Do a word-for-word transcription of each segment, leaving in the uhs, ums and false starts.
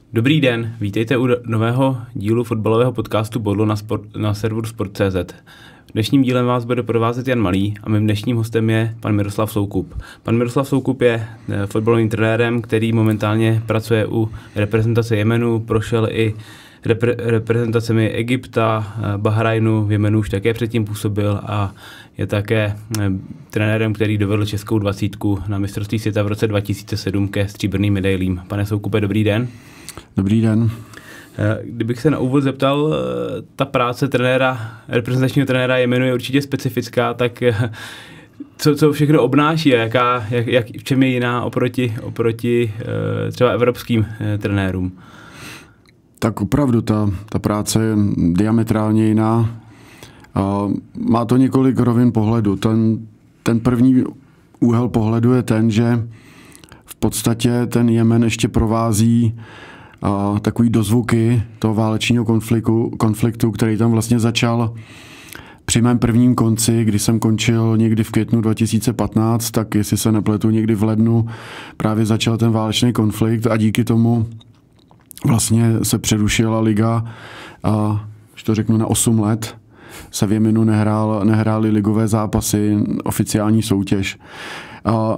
Dobrý den, vítejte u nového dílu fotbalového podcastu Bodlo na, sport, na serveru sport tečka cé zet. V dnešním dílem vás bude provázet Jan Malý a mým dnešním hostem je pan Miroslav Soukup. Pan Miroslav Soukup je fotbalovým trenérem, který momentálně pracuje u reprezentace Jemenu, prošel i repre, reprezentacemi Egypta, Bahrajnu, v Jemenu už také předtím působil a je také trenérem, který dovedl českou dvacítku na mistrovství světa v roce dva tisíce sedm ke stříbrným medailím. Pane Soukupe, dobrý den. Dobrý den. Kdybych se na úvod zeptal, ta práce trenéra, reprezentačního trenéra Jemenu je určitě specifická, tak co, co všechno obnáší a jaká, jak, jak, v čem je jiná oproti, oproti třeba evropským trenérům? Tak opravdu ta, ta práce je diametrálně jiná. Má to několik rovin pohledu. Ten, ten první úhel pohledu je ten, že v podstatě ten Jemen ještě provází a, takový dozvuky toho válečního konfliktu, konfliktu, který tam vlastně začal při mém prvním konci, kdy jsem končil někdy v květnu dva tisíce patnáct, tak jestli se nepletu, někdy v lednu právě začal ten válečný konflikt a díky tomu vlastně se přerušila liga a, když to řeknu, na osm let se v Jemenu nehrál, nehrály ligové zápasy, oficiální soutěž. A, a,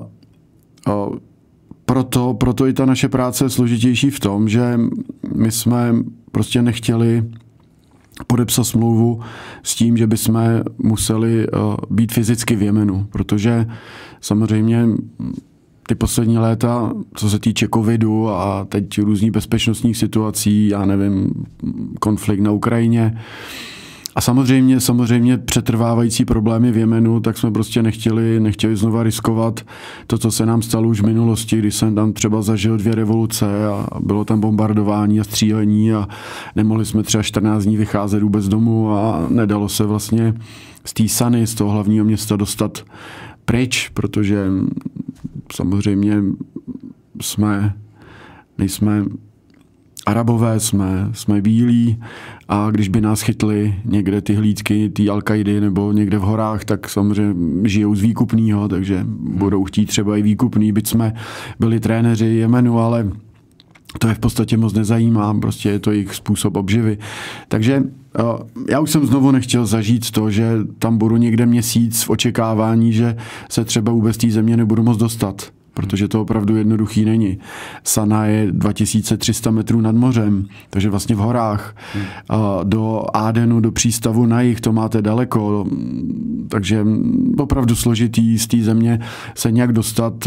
Proto, proto i ta naše práce je složitější v tom, že my jsme prostě nechtěli podepsat smlouvu s tím, že bychom museli být fyzicky v Jemenu, protože samozřejmě ty poslední léta, co se týče covidu a teď různých bezpečnostních situací, já nevím, konflikt na Ukrajině, a samozřejmě, samozřejmě přetrvávající problémy v Jemenu, tak jsme prostě nechtěli, nechtěli znova riskovat to, co se nám stalo už v minulosti, když jsem tam třeba zažil dvě revoluce a bylo tam bombardování a střílení a nemohli jsme třeba čtrnáct dní vycházet vůbec domů a nedalo se vlastně z té Sany, z toho hlavního města dostat pryč, protože samozřejmě jsme, nejsme Arabové, jsme, jsme bílí a když by nás chytli někde ty hlídky, ty Al-Kaidy nebo někde v horách, tak samozřejmě žijou z výkupného, takže budou chtít třeba i výkupný, byť jsme byli trenéři Jemenu, ale to je v podstatě moc nezajímá, prostě je to jejich způsob obživy. Takže já už jsem znovu nechtěl zažít to, že tam budu někde měsíc v očekávání, že se třeba vůbec té země nebudu moc dostat. Protože to opravdu jednoduchý není. Sana je dva tisíce tři sta metrů nad mořem, takže vlastně v horách. Hmm. Do Adenu, do přístavu na jih, to máte daleko, takže opravdu složitý z té země se nějak dostat,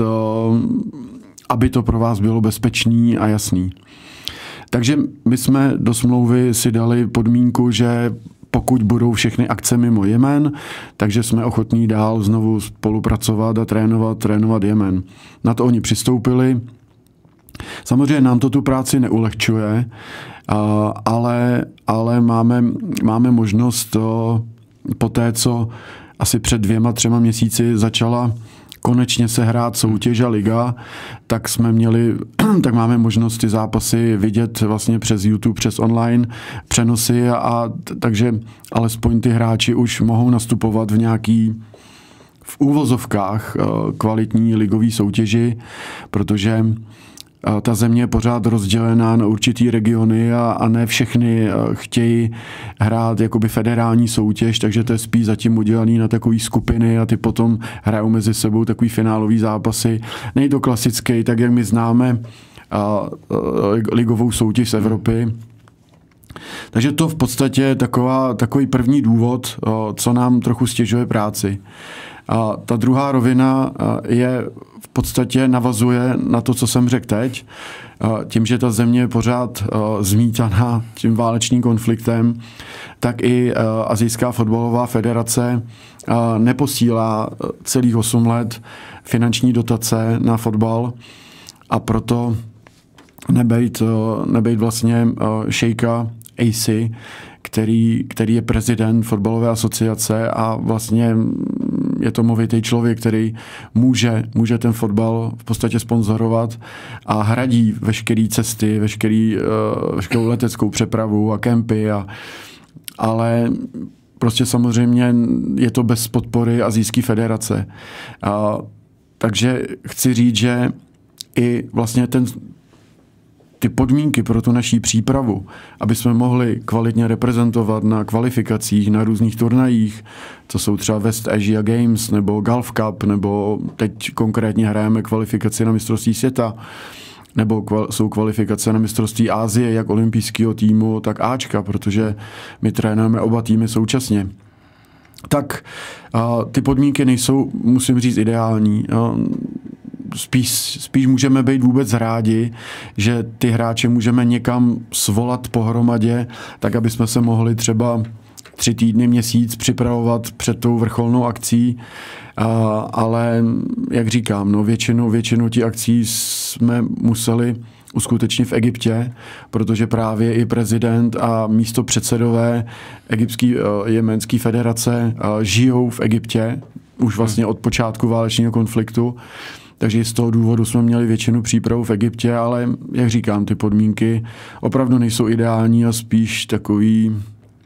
aby to pro vás bylo bezpečný a jasný. Takže my jsme do smlouvy si dali podmínku, že pokud budou všechny akce mimo Jemen, takže jsme ochotní dál znovu spolupracovat a trénovat, trénovat Jemen. Na to oni přistoupili. Samozřejmě nám to tu práci neulehčuje, ale, ale máme, máme možnost po té, co asi před dvěma, třema měsíci začala konečně se hrát soutěž a liga, tak jsme měli, tak máme možnost ty zápasy vidět vlastně přes YouTube, přes online přenosy a, a takže alespoň ty hráči už mohou nastupovat v nějaký v úvozovkách kvalitní ligové soutěži, protože ta země je pořád rozdělená na určitý regiony a, a ne všechny chtějí hrát jakoby federální soutěž, takže to je spíš zatím udělaný na takové skupiny a ty potom hrajou mezi sebou takový finálový zápasy. Není to klasický, tak jak my známe a, a, ligovou soutěž z Evropy. Takže to v podstatě je taková, takový první důvod, co nám trochu stěžuje práci. A ta druhá rovina je v podstatě navazuje na to, co jsem řekl teď. Tím, že ta země je pořád zmítaná tím válečným konfliktem, tak i Asijská fotbalová federace neposílá celých osm let finanční dotace na fotbal a proto nebejt, nebejt vlastně šejka A C, který, který je prezident fotbalové asociace a vlastně je to movitý člověk, který může, může ten fotbal v podstatě sponzorovat a hradí veškeré cesty, veškerý, uh, veškerou leteckou přepravu a kempy, a, ale prostě samozřejmě je to bez podpory Asijské federace. A, takže chci říct, že i vlastně ten ty podmínky pro tu naší přípravu, aby jsme mohli kvalitně reprezentovat na kvalifikacích, na různých turnajích, co jsou třeba West Asia Games nebo Gulf Cup, nebo teď konkrétně hrajeme kvalifikaci na mistrovství světa, nebo kval, jsou kvalifikace na mistrovství Asie, jak olympijského týmu, tak Ačka, protože my trénujeme oba týmy současně. Tak a, ty podmínky nejsou, musím říct, ideální. A, spíš, spíš můžeme být vůbec rádi, že ty hráče můžeme někam svolat pohromadě, tak aby jsme se mohli třeba tři týdny, měsíc připravovat před tou vrcholnou akcí. A, ale jak říkám, no většinu, většinu těch akcí jsme museli uskutečnit v Egyptě, protože právě i prezident a místopředsedové egyptské jemenské federace žijou v Egyptě už vlastně od počátku válečného konfliktu. Takže z toho důvodu jsme měli většinu přípravu v Egyptě, ale jak říkám, ty podmínky opravdu nejsou ideální a spíš takový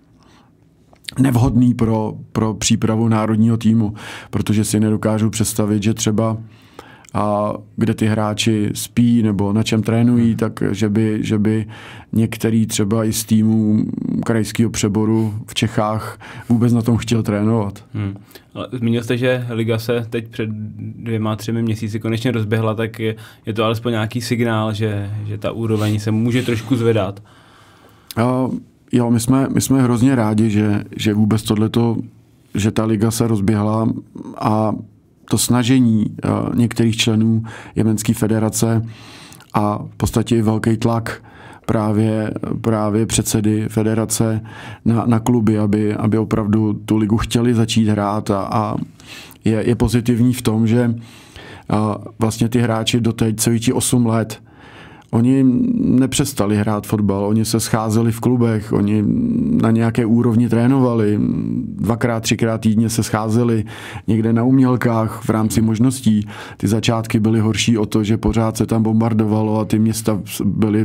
nevhodný pro, pro přípravu národního týmu, protože si nedokážu představit, že třeba a kde ty hráči spí nebo na čem trénují, tak že by, že by některý třeba i z týmů krajského přeboru v Čechách vůbec na tom chtěl trénovat. Hmm. Ale zmínil jste, že liga se teď před dvěma, třemi měsíci konečně rozběhla, tak je, je to alespoň nějaký signál, že, že ta úroveň se může trošku zvedat? A jo, my jsme, my jsme hrozně rádi, že, že vůbec tohleto, že ta liga se rozběhla a to snažení uh, některých členů Jemenské federace a v podstatě i velký tlak právě, právě předsedy federace na, na kluby, aby, aby opravdu tu ligu chtěli začít hrát a, a je, je pozitivní v tom, že uh, vlastně ty hráči doteď celých těch osm let oni nepřestali hrát fotbal, oni se scházeli v klubech, oni na nějaké úrovni trénovali, dvakrát, třikrát týdně se scházeli někde na umělkách v rámci možností. Ty začátky byly horší o to, že pořád se tam bombardovalo a ty města byly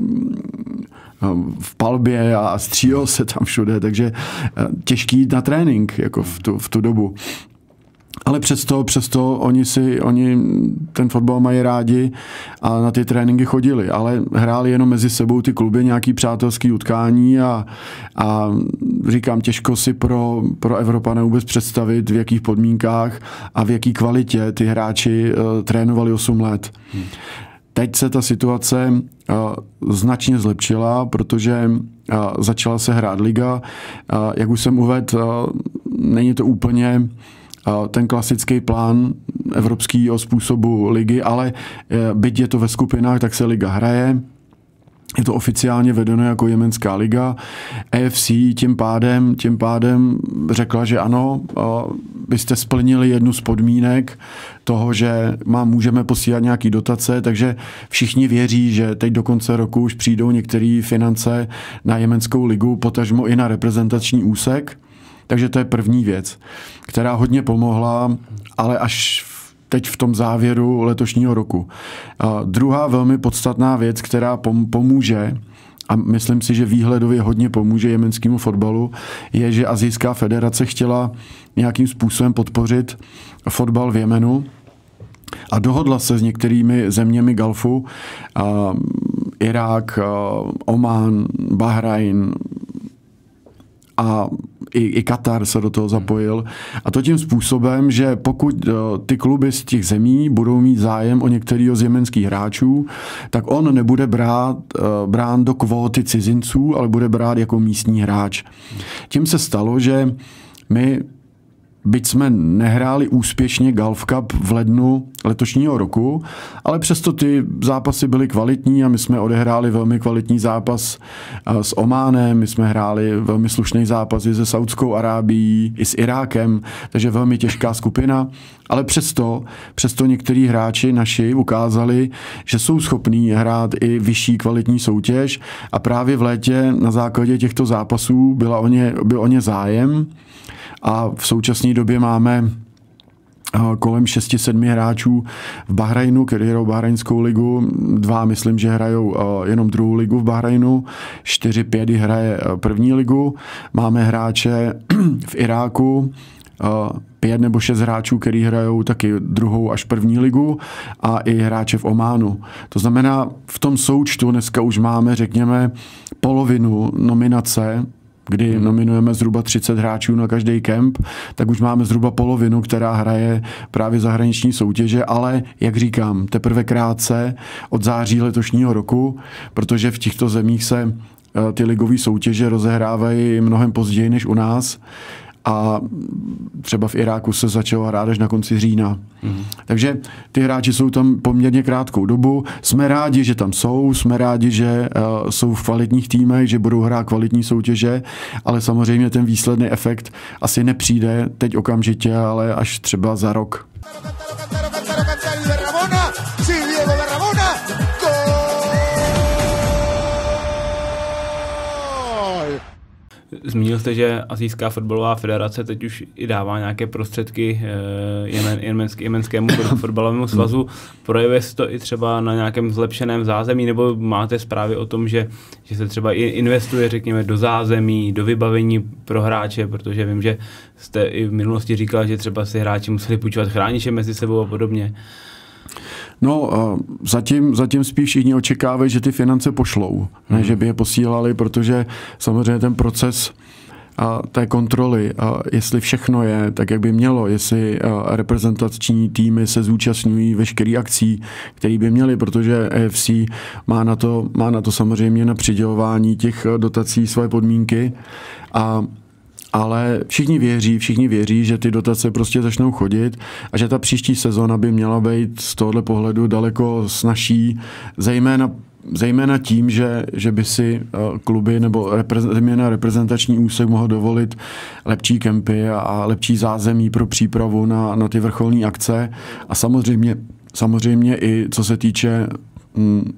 v palbě a střílelo se tam všude, takže těžký jít na trénink jako v tu, v tu dobu. Ale přesto, přesto oni si, oni ten fotbal mají rádi a na ty tréninky chodili, ale hráli jenom mezi sebou ty kluby nějaký přátelský utkání a, a říkám, těžko si pro, pro Evropana vůbec představit, v jakých podmínkách a v jaký kvalitě ty hráči uh, trénovali osm let. Hmm. Teď se ta situace uh, značně zlepšila, protože uh, začala se hrát liga. Uh, jak už jsem uvedl, uh, není to úplně ten klasický plán evropského způsobu ligy, ale byť je to ve skupinách, tak se liga hraje. Je to oficiálně vedeno jako Jemenská liga. A F C tím pádem, tím pádem řekla, že ano, byste splnili jednu z podmínek toho, že má, můžeme posílat nějaký dotace, takže všichni věří, že teď do konce roku už přijdou některé finance na Jemenskou ligu, potažmo i na reprezentační úsek. Takže to je první věc, která hodně pomohla, ale až teď v tom závěru letošního roku. A druhá velmi podstatná věc, která pomůže, a myslím si, že výhledově hodně pomůže jemenskému fotbalu, je, že Asijská federace chtěla nějakým způsobem podpořit fotbal v Jemenu a dohodla se s některými zeměmi Galfu, a Irák, Omán, Bahrajn, a i, i Katar se do toho zapojil. A to tím způsobem, že pokud ty kluby z těch zemí budou mít zájem o některého z jemenských hráčů, tak on nebude brát, brán do kvóty cizinců, ale bude brát jako místní hráč. Tím se stalo, že my, byť jsme nehráli úspěšně Gulf Cup v lednu letošního roku, ale přesto ty zápasy byly kvalitní a my jsme odehráli velmi kvalitní zápas s Ománem, my jsme hráli velmi slušný zápas i se Saudskou Arábií, i s Irákem, takže velmi těžká skupina, ale přesto, přesto některý hráči naši ukázali, že jsou schopní hrát i vyšší kvalitní soutěž a právě v létě na základě těchto zápasů byla o ně, byl o ně zájem. A v současné době máme kolem šesti sedmi hráčů v Bahrajnu, kteří hrajou Bahrajnskou ligu. Dva, myslím, že hrajou jenom druhou ligu v Bahrajnu. Čtyři, pět hraje první ligu. Máme hráče v Iráku pět nebo šest hráčů, který hrajou taky druhou až první ligu a i hráče v Ománu. To znamená, v tom součtu dneska už máme, řekněme, polovinu nominace, kdy hmm. nominujeme zhruba třicet hráčů na každý kemp, tak už máme zhruba polovinu, která hraje právě zahraniční soutěže, ale, jak říkám, teprve krátce od září letošního roku, protože v těchto zemích se ty ligové soutěže rozehrávají mnohem později než u nás. A třeba v Iráku se začalo hrát až na konci října. Mm. Takže ty hráči jsou tam poměrně krátkou dobu. Jsme rádi, že tam jsou, jsme rádi, že uh, jsou v kvalitních týmech, že budou hrát kvalitní soutěže, ale samozřejmě ten výsledný efekt asi nepřijde teď okamžitě, ale až třeba za rok. Zmínil jste, že Asijská fotbalová federace teď už i dává nějaké prostředky jemen, jemensk, jemenskému fotbalovému svazu. Projevuje se to i třeba na nějakém zlepšeném zázemí, nebo máte zprávy o tom, že, že se třeba i investuje, řekněme, do zázemí, do vybavení pro hráče, protože vím, že jste i v minulosti říkal, že třeba si hráči museli půjčovat chrániče mezi sebou a podobně. No, zatím, zatím spíš všichni očekávají, že ty finance pošlou, ne, hmm. že by je posílali, protože samozřejmě ten proces a té kontroly, a jestli všechno je tak, jak by mělo, jestli reprezentační týmy se zúčastňují veškerých akcí, které by měly, protože E F C má na to, má na to samozřejmě na přidělování těch dotací své podmínky, a ale všichni věří, všichni věří, že ty dotace prostě začnou chodit a že ta příští sezóna by měla být z tohohle pohledu daleko snazší, zejména, zejména tím, že, že by si kluby nebo reprezentační, reprezentační úsek mohl dovolit lepší kempy a, a lepší zázemí pro přípravu na, na ty vrcholné akce a samozřejmě, samozřejmě i co se týče mm,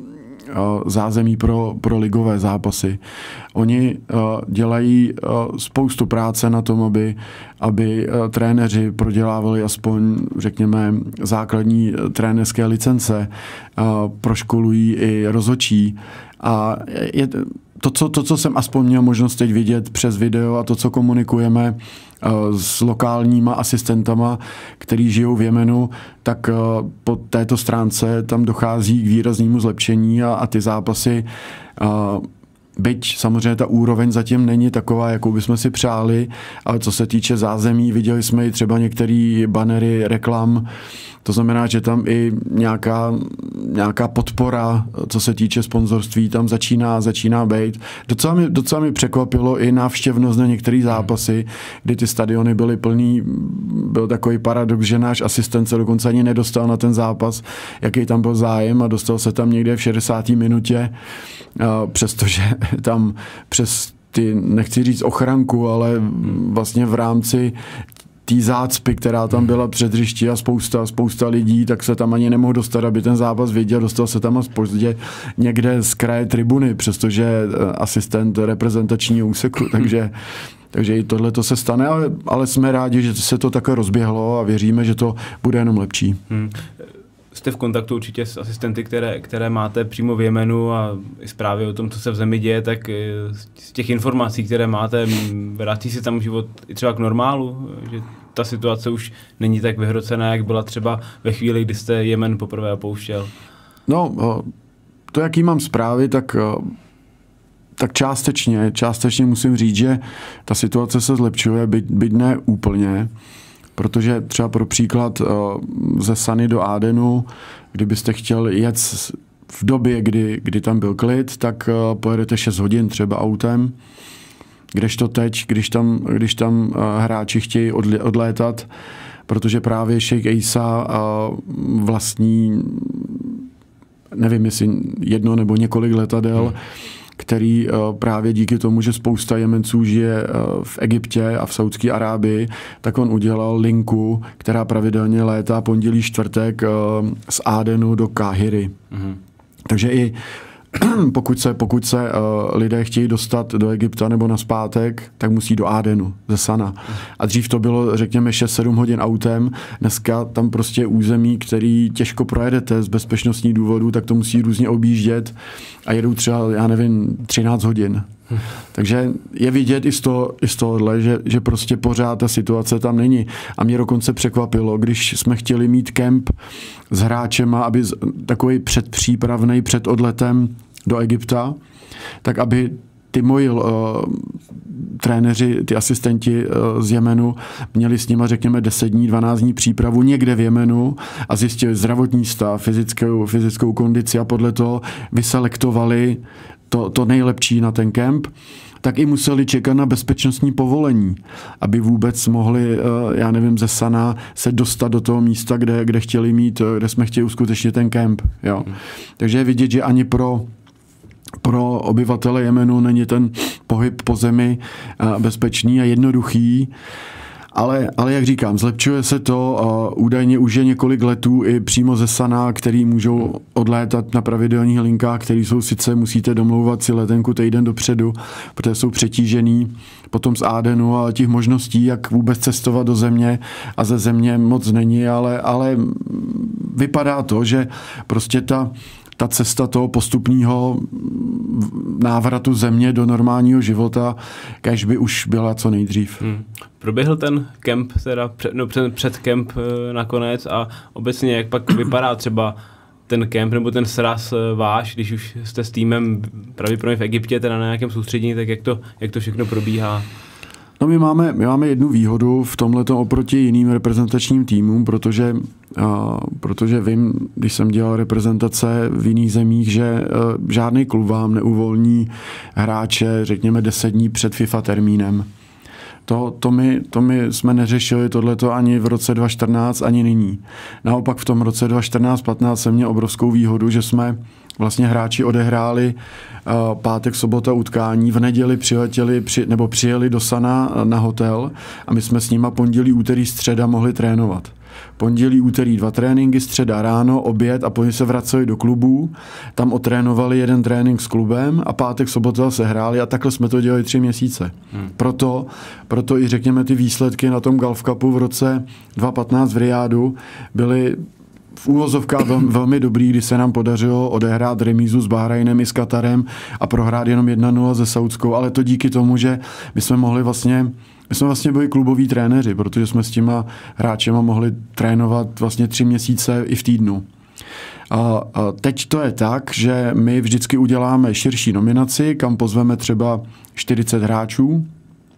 zázemí pro, pro ligové zápasy. Oni uh, dělají uh, spoustu práce na tom, aby, aby uh, trenéři prodělávali aspoň, řekněme, základní uh, trenérské licence, uh, proškolují i rozhodčí. A je, to, co, to, co jsem aspoň měl možnost teď vidět přes video a to, co komunikujeme uh, s lokálníma asistentama, který žijou v Jemenu, tak uh, po této stránce tam dochází k výraznému zlepšení a, a ty zápasy, uh, byť samozřejmě ta úroveň zatím není taková, jakou bychom si přáli, ale co se týče zázemí, viděli jsme i třeba některé banery reklam, to znamená, že tam i nějaká, nějaká podpora, co se týče sponzorství, tam začíná, začíná být. Docela mi, docela mi překvapilo i návštěvnost na některé zápasy, kdy ty stadiony byly plný, byl takový paradox, že náš asistent se dokonce ani nedostal na ten zápas, jaký tam byl zájem a dostal se tam někde v šedesáté minutě, přestože tam přes ty, nechci říct ochranku, ale vlastně v rámci té zácpy, která tam byla před hřišti a spousta, spousta lidí, tak se tam ani nemohl dostat, aby ten zápas viděl, dostal se tam až pozdě někde z kraje tribuny, přestože asistent reprezentačního úseku, takže, takže i tohle to se stane, ale, ale jsme rádi, že se to takhle rozběhlo a věříme, že to bude jenom lepší. Hmm. Jste v kontaktu určitě s asistenty, které, které máte přímo v Jemenu a i zprávy o tom, co se v zemi děje, tak z těch informací, které máte, vrátí si tam život i třeba k normálu, že ta situace už není tak vyhrocená, jak byla třeba ve chvíli, kdy jste Jemen poprvé opouštěl? No, to, jaký mám zprávy, tak, tak částečně, částečně musím říct, že ta situace se zlepšuje, byť, byť ne úplně. Protože třeba pro příklad ze Sany do Adenu, kdybyste chtěl jet v době, kdy, kdy tam byl klid, tak pojedete šest hodin třeba autem, kdežto teď, když tam, když tam hráči chtějí odlétat, protože právě Sheikh Isa vlastní, nevím jestli jedno nebo několik letadel, hmm. který právě díky tomu, že spousta Jemenců žije v Egyptě a v Saudské Arábii, tak on udělal linku, která pravidelně létá pondělí, čtvrtek z Adenu do Káhiry. Mm-hmm. Takže i pokud se, pokud se uh, lidé chtějí dostat do Egypta nebo nazpátek, tak musí do Adenu, ze Sana. A dřív to bylo, řekněme, šest sedm hodin autem, dneska tam prostě území, který těžko projedete z bezpečnostních důvodů, tak to musí různě objíždět a jedou třeba, já nevím, třináct hodin. Hmm. Takže je vidět i z, toho, i z tohohle, že, že prostě pořád ta situace tam není. A mě dokonce překvapilo, když jsme chtěli mít kemp s hráčema, aby takový předpřípravnej před odletem do Egypta, tak aby ty moji uh, trenéři, ty asistenti uh, z Jemenu měli s nima, řekněme, deset dní, dvanáct dní přípravu někde v Jemenu a zjistili zdravotní stav, fyzickou, fyzickou kondici a podle toho vyselektovali to, to nejlepší na ten kemp, tak i museli čekat na bezpečnostní povolení, aby vůbec mohli, já nevím, ze Sana se dostat do toho místa, kde, kde chtěli mít, kde jsme chtěli uskutečnit ten kemp. Jo. Hmm. Takže je vidět, že ani pro pro obyvatele Jemenu není ten pohyb po zemi bezpečný a jednoduchý. Ale, ale jak říkám, zlepšuje se to a údajně už je několik letů i přímo ze Sana, který můžou odlétat na pravidelných linkách, který jsou sice, musíte domlouvat si letenku týden dopředu, protože jsou přetížený, potom z Adenu, ale těch možností, jak vůbec cestovat do země a ze země moc není, ale, ale vypadá to, že prostě ta ta cesta toho postupného návratu země do normálního života, kež by už byla co nejdřív. Hmm. Proběhl ten kemp, teda před, no před, před kemp e, nakonec a obecně jak pak vypadá třeba ten kemp nebo ten sraz e, váš, když už jste s týmem pravděpodobně v Egyptě, teda na nějakém soustředění, tak jak to, jak to všechno probíhá? No my máme, my máme jednu výhodu v tomhletom oproti jiným reprezentačním týmům, protože, uh, protože vím, když jsem dělal reprezentace v jiných zemích, že uh, žádný klub vám neuvolní hráče, řekněme, deset dní před FIFA termínem. To, to, my, to my jsme neřešili tohleto ani v roce dva tisíce čtrnáct, ani nyní. Naopak v tom roce dva tisíce čtrnáct patnáct jsem měl obrovskou výhodu, že jsme vlastně hráči odehráli uh, pátek, sobota utkání, v neděli přiletěli, při, nebo přijeli do Sana na hotel a my jsme s nima pondělí, úterý, středa mohli trénovat. Pondělí, úterý dva tréninky, středa ráno, oběd a potom se vraceli do klubů, tam otrénovali jeden trénink s klubem a pátek, sobota se hráli a takhle jsme to dělali tři měsíce. Hmm. Proto, proto i řekněme ty výsledky na tom Gulf Cupu v roce dva tisíce patnáct v Riádu byly v úvozovkách velmi, velmi dobrý, kdy se nám podařilo odehrát remízu s Bahrajnem i s Katarem a prohrát jenom jedna nula se Saudskou, ale to díky tomu, že my jsme mohli vlastně My jsme vlastně byli kluboví trenéři, protože jsme s těma hráčema mohli trénovat vlastně tři měsíce i v týdnu. A, a teď to je tak, že my vždycky uděláme širší nominaci, kam pozveme třeba čtyřicet hráčů.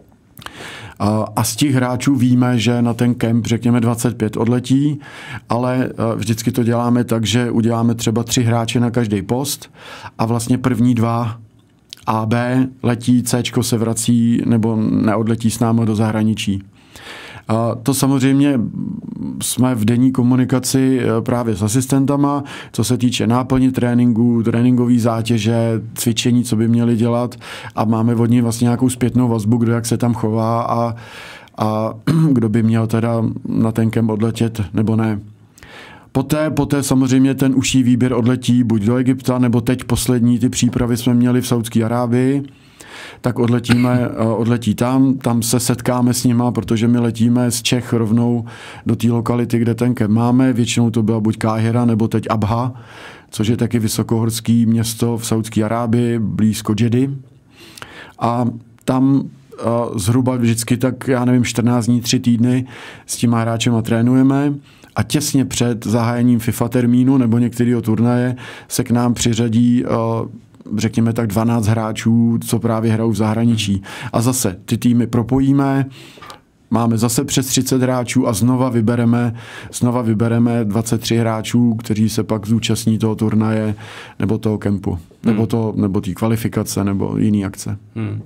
A, a z těch hráčů víme, že na ten kemp řekněme dvacet pět odletí, ale vždycky to děláme tak, že uděláme třeba tři hráče na každý post a vlastně první dva A B letí, Cčko se vrací nebo neodletí s námi do zahraničí. A to samozřejmě jsme v denní komunikaci právě s asistentama, co se týče náplni tréninku, tréninkové zátěže, cvičení, co by měli dělat a máme od ní vlastně nějakou zpětnou vazbu, kdo jak se tam chová a, a kdo by měl teda na ten kemp odletět nebo ne. Poté, poté samozřejmě ten užší výběr odletí buď do Egypta, nebo teď poslední ty přípravy jsme měli v Saudské Arábii, tak odletíme, odletí tam, tam se setkáme s nima, protože my letíme z Čech rovnou do té lokality, kde ten kemp máme, většinou to byla buď Káhira, nebo teď Abha, což je taky vysokohorský město v Saudské Arábii, blízko Džedy. A tam zhruba vždycky tak, já nevím, čtrnáct dní, tři týdny s těma hráčema trénujeme. A těsně před zahájením FIFA termínu nebo některého turnaje se k nám přiřadí, řekněme tak, dvanáct hráčů, co právě hrajou v zahraničí. A zase ty týmy propojíme, máme zase přes třicet hráčů a znova vybereme, znova vybereme dvacet tři hráčů, kteří se pak zúčastní toho turnaje nebo toho kempu, hmm. nebo, to, nebo té kvalifikace nebo jiný akce. Hmm.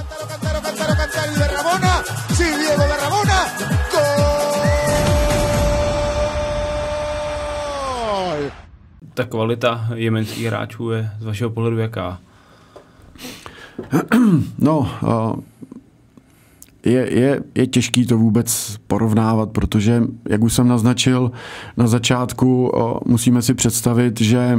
Ta kvalita jemenských hráčů je z vašeho pohledu jaká? No, je, je, je těžký to vůbec porovnávat, protože, jak už jsem naznačil na začátku, musíme si představit, že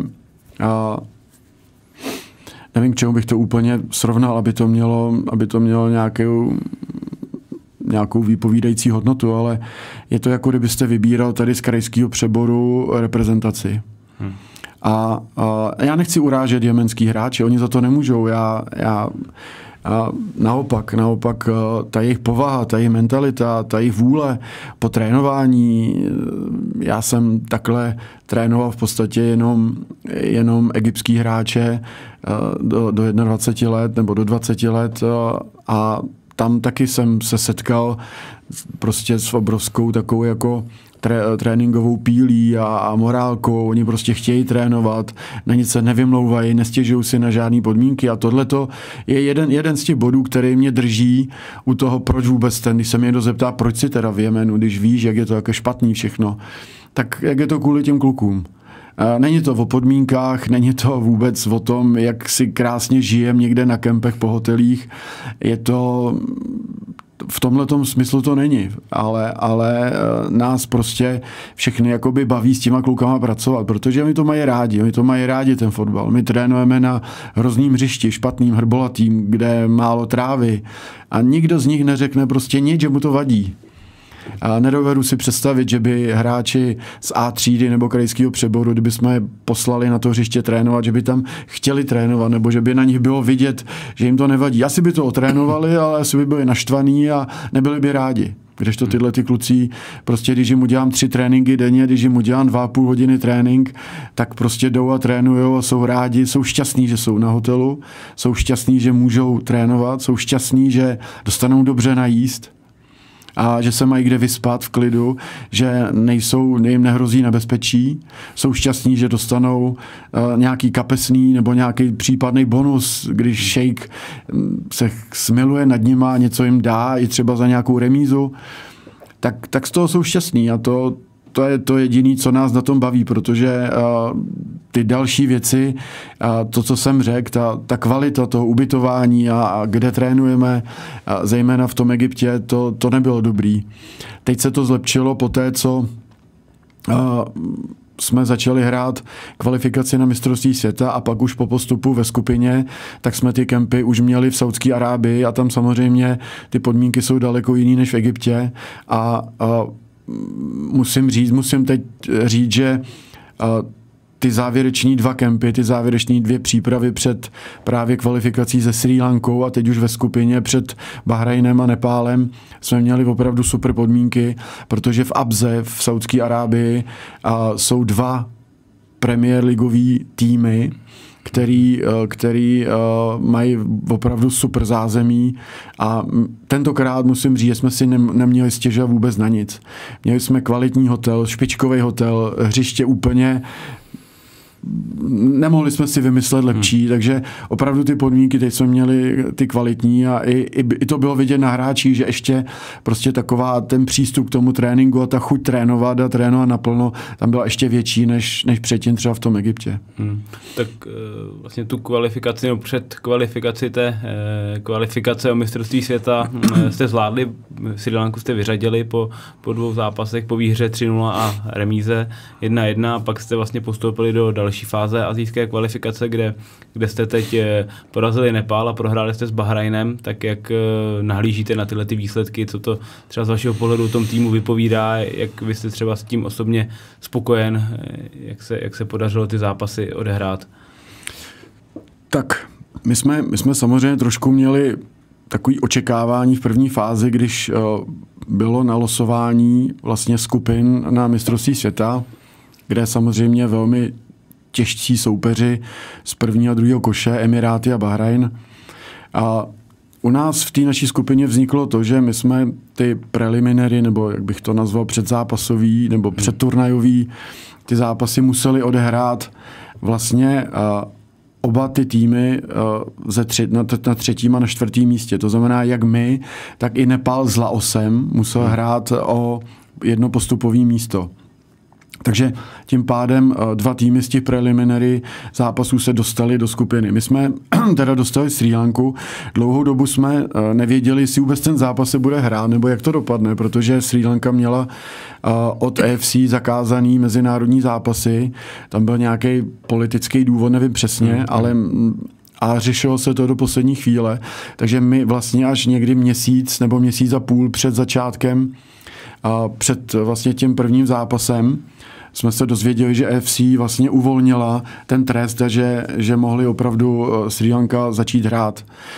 nevím, k čemu bych to úplně srovnal, aby to mělo, aby to mělo nějakou, nějakou výpovídající hodnotu, ale je to jako kdybyste vybíral tady z krajského přeboru reprezentaci. Hmm. A, a já nechci urážet jemenský hráči, oni za to nemůžou. Já, já, A naopak, naopak ta jejich povaha, ta jejich mentalita, ta jejich vůle po trénování, já jsem takhle trénoval v podstatě jenom, jenom egyptský hráče do, do dvaceti jedna let nebo do dvaceti let a tam taky jsem se setkal prostě s obrovskou takovou jako tré, tréninkovou pílí a, a morálkou. Oni prostě chtějí trénovat, na nic se nevymlouvají, nestěžují si na žádné podmínky a tohleto je jeden, jeden z těch bodů, který mě drží u toho, proč vůbec ten, když se mě někdo zeptá, proč si teda v Jemenu, když víš, jak je to jako špatný všechno, tak jak je to kvůli těm klukům. Není to o podmínkách, není to vůbec o tom, jak si krásně žijem někde na kempech po hotelích. Je to v tomhletom smyslu to není, ale, ale nás prostě všechny jakoby baví s těma klukama pracovat, protože my to mají rádi, my to mají rádi ten fotbal. My trénujeme na hrozným hřišti, špatným, hrbolatým, kde je málo trávy a nikdo z nich neřekne prostě nic, že mu to vadí. A nedovedu si představit, že by hráči z A třídy nebo krajského přeboru, kdyby jsme je poslali na to hřiště trénovat, že by tam chtěli trénovat, nebo že by na nich bylo vidět, že jim to nevadí. Asi by to otrénovali, ale asi by byli naštvaní a nebyli by rádi. Kdežto tyhle ty kluci, prostě když jim udělám tři tréninky denně, když jim udělám dva a půl hodiny trénink, tak prostě jdou a trénujou a jsou rádi, jsou šťastní, že jsou na hotelu, jsou šťastní, že můžou trénovat, jsou šťastní, že dostanou dobře najíst a že se mají kde vyspat v klidu, že nejsou, jim nehrozí nebezpečí, jsou šťastní, že dostanou uh, nějaký kapesný nebo nějaký případný bonus, když šejk se smiluje nad nima a něco jim dá, i třeba za nějakou remízu, tak, tak z toho jsou šťastní a to, to je to jediné, co nás na tom baví, protože uh, ty další věci, uh, to, co jsem řekl, ta, ta kvalita toho ubytování a, a kde trénujeme, uh, zejména v tom Egyptě, to, to nebylo dobrý. Teď se to zlepšilo po té, co uh, jsme začali hrát kvalifikaci na mistrovství světa a pak už po postupu ve skupině, tak jsme ty kempy už měli v Saudské Arábii a tam samozřejmě ty podmínky jsou daleko jiný než v Egyptě a, a musím říct, musím teď říct, že ty závěreční dva kempy, ty závěreční dvě přípravy před právě kvalifikací se Srí Lankou a teď už ve skupině před Bahrajnem a Nepálem jsme měli opravdu super podmínky, protože v Abze v Saudské Arábii jsou dva Premier ligový týmy, který, který mají opravdu super zázemí a tentokrát musím říct, že jsme si neměli stěžovat vůbec na nic. Měli jsme kvalitní hotel, špičkový hotel, hřiště úplně nemohli jsme si vymyslet lepší, hmm. takže opravdu ty podmínky teď jsme měli ty kvalitní a i, i, i to bylo vidět na hráčích, že ještě prostě taková ten přístup k tomu tréninku a ta chuť trénovat a trénovat naplno tam byla ještě větší než, než předtím třeba v tom Egyptě. Hmm. Tak vlastně tu kvalifikaci, no před kvalifikaci té kvalifikace o mistrovství světa jste zvládli, Srí Lanku jste vyřadili po, po dvou zápasech, po výhře tři nula a remíze jedna jedna a pak jste vlastně postoupili do další fáze asijské kvalifikace, kde, kde jste teď porazili Nepál a prohráli jste s Bahrajnem, tak jak nahlížíte na tyhle ty výsledky, co to třeba z vašeho pohledu o tom týmu vypovídá, jak vy jste třeba s tím osobně spokojen, jak se, jak se podařilo ty zápasy odehrát? Tak, my jsme, my jsme samozřejmě trošku měli takový očekávání v první fázi, když bylo na losování vlastně skupin na mistrovství světa, kde samozřejmě velmi těžcí soupeři z prvního a druhého koše, Emiráty a Bahrajn. A u nás v té naší skupině vzniklo to, že my jsme ty preliminary, nebo jak bych to nazval, předzápasový nebo předturnajový, ty zápasy museli odehrát vlastně uh, oba ty týmy uh, ze tři, na, na třetím a na čtvrtém místě. To znamená, jak my, tak i Nepál s Laosem musel hmm. hrát o jedno postupové místo. Takže tím pádem dva týmy z těch preliminary zápasů se dostali do skupiny. My jsme teda dostali Srí Lanku. Dlouhou dobu jsme nevěděli, jestli vůbec ten zápas se bude hrát, nebo jak to dopadne, protože Srí Lanka měla od E F C zakázaný mezinárodní zápasy. Tam byl nějaký politický důvod, nevím přesně, hmm. ale a řešilo se to do poslední chvíle. Takže my vlastně až někdy měsíc nebo měsíc a půl před začátkem, před vlastně tím prvním zápasem, jsme se dozvěděli, že E F C vlastně uvolnila ten trest a že, že mohli opravdu Srí Lanka začít hrát.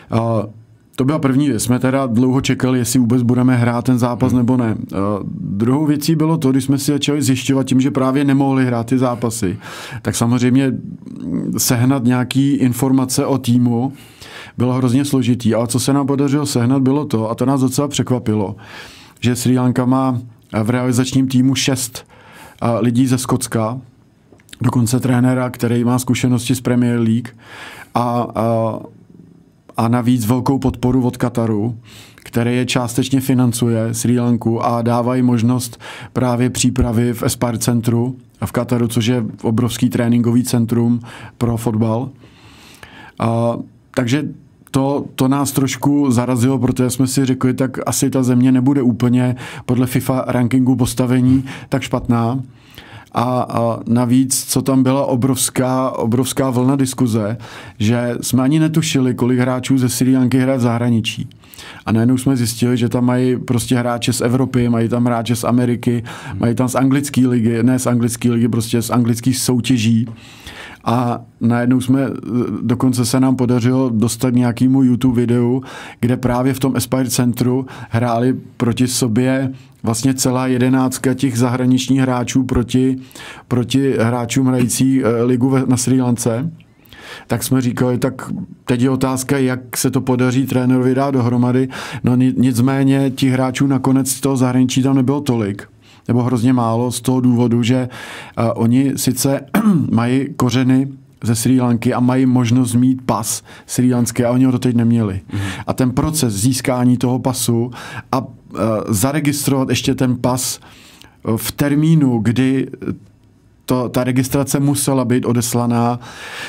To byla první věc. Jsme teda dlouho čekali, jestli vůbec budeme hrát ten zápas nebo ne. Druhou věcí bylo to, když jsme si začali zjišťovat tím, že právě nemohli hrát ty zápasy, tak samozřejmě sehnat nějaký informace o týmu bylo hrozně složitý. Ale co se nám podařilo sehnat, bylo to, a to nás docela překvapilo, že Srí Lanka má v realizačním týmu šest lidí ze Skotska, dokonce trenéra, který má zkušenosti z Premier League a, a, a navíc velkou podporu od Kataru, který je částečně financuje Srí Lanku a dávají možnost právě přípravy v Aspire centru v Kataru, což je obrovský tréninkový centrum pro fotbal. A, takže To, to nás trošku zarazilo, protože jsme si řekli, tak asi ta země nebude úplně podle FIFA rankingu postavení tak špatná. A, a navíc, co tam byla obrovská, obrovská vlna diskuze, že jsme ani netušili, kolik hráčů ze Srí Lanky hraje v zahraničí. A najednou jsme zjistili, že tam mají prostě hráče z Evropy, mají tam hráče z Ameriky, mají tam z anglické ligy, ne z anglické ligy, prostě z anglických soutěží. A najednou jsme, dokonce se nám podařilo dostat nějakému YouTube videu, kde právě v tom Aspire centru hráli proti sobě vlastně celá jedenáctka těch zahraničních hráčů proti, proti hráčům hrající ligu na Srí Lance. Tak jsme říkali, tak teď je otázka, jak se to podaří trenérovi dát dohromady. No nicméně těch hráčů nakonec z toho zahraničí tam nebylo tolik, nebo hrozně málo z toho důvodu, že uh, oni sice mají kořeny ze Srí Lanky a mají možnost mít pas srílanský a oni ho doteď neměli. Mm. A ten proces získání toho pasu a uh, zaregistrovat ještě ten pas v termínu, kdy to, ta registrace musela být odeslaná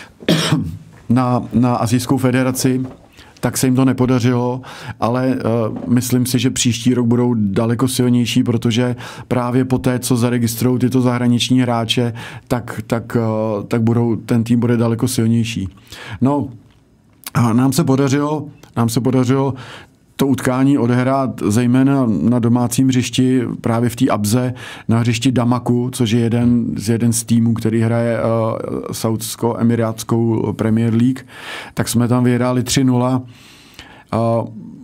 na, na Asijskou federaci, tak se jim to nepodařilo, ale uh, myslím si, že příští rok budou daleko silnější, protože právě po té, co zaregistrují tyto zahraniční hráče, tak, tak, uh, tak budou, ten tým bude daleko silnější. No, a nám se podařilo, nám se podařilo to utkání odehrát zejména na domácím hřišti, právě v té Abze, na hřišti Damaku, což je jeden z, jeden z týmů, který hraje uh, Saudsko-emirátskou Premier League, tak jsme tam vyhráli tři nula. Uh,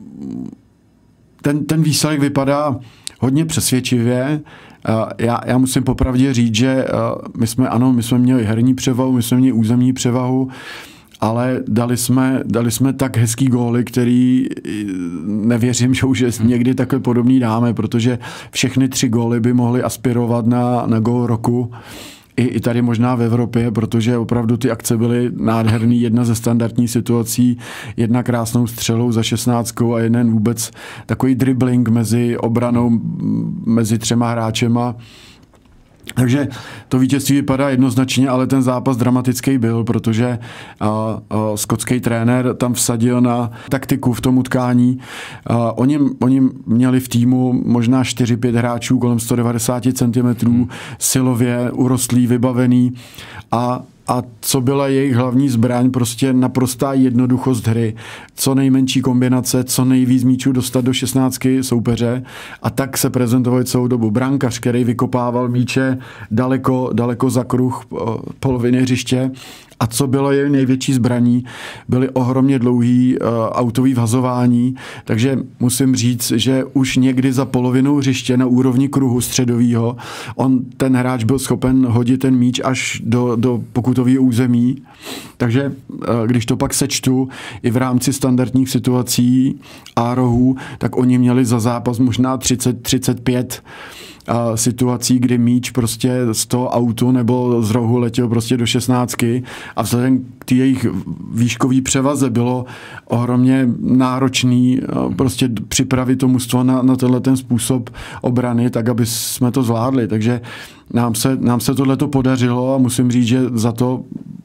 ten, ten výsledek vypadá hodně přesvědčivě. Uh, já, já musím popravdě říct, že uh, my jsme, ano, my jsme měli herní převahu, my jsme měli územní převahu, ale dali jsme, dali jsme tak hezký góly, který nevěřím, že už někdy takhle podobný dáme, protože všechny tři góly by mohly aspirovat na, na gól roku. I, I tady možná v Evropě, protože opravdu ty akce byly nádherný. Jedna ze standardních situací, jedna krásnou střelou za šestnáctkou a jeden vůbec takový dribbling mezi obranou, mezi třema hráčema. Takže to vítězství vypadá jednoznačně, ale ten zápas dramatický byl, protože uh, uh, skotský trenér tam vsadil na taktiku v tom utkání. Uh, oni, oni měli v týmu možná čtyři pět hráčů kolem sto devadesát centimetrů, hmm. silově urostlý, vybavený a A co byla jejich hlavní zbraň, prostě naprostá jednoduchost hry. Co nejmenší kombinace, co nejvíc míčů dostat do šestnáctky soupeře. A tak se prezentovali celou dobu. Brankař, který vykopával míče daleko, daleko za kruh poloviny hřiště. A co bylo jejich největší zbraní, byly ohromně dlouhý uh, autový vhazování, takže musím říct, že už někdy za polovinou hřiště na úrovni kruhu středovýho, on, ten hráč byl schopen hodit ten míč až do, do pokutového území, takže uh, když to pak sečtu i v rámci standardních situací a rohů, tak oni měli za zápas možná třicet třicet pět a situací, kdy míč prostě z toho autu nebo z rohu letěl prostě do šestnáctky a vzhledem k té jejich výškový převaze bylo ohromně náročný prostě připravit to mužstvo na, na tenhle ten způsob obrany, tak aby jsme to zvládli. Takže nám se, nám se tohleto podařilo a musím říct, že za to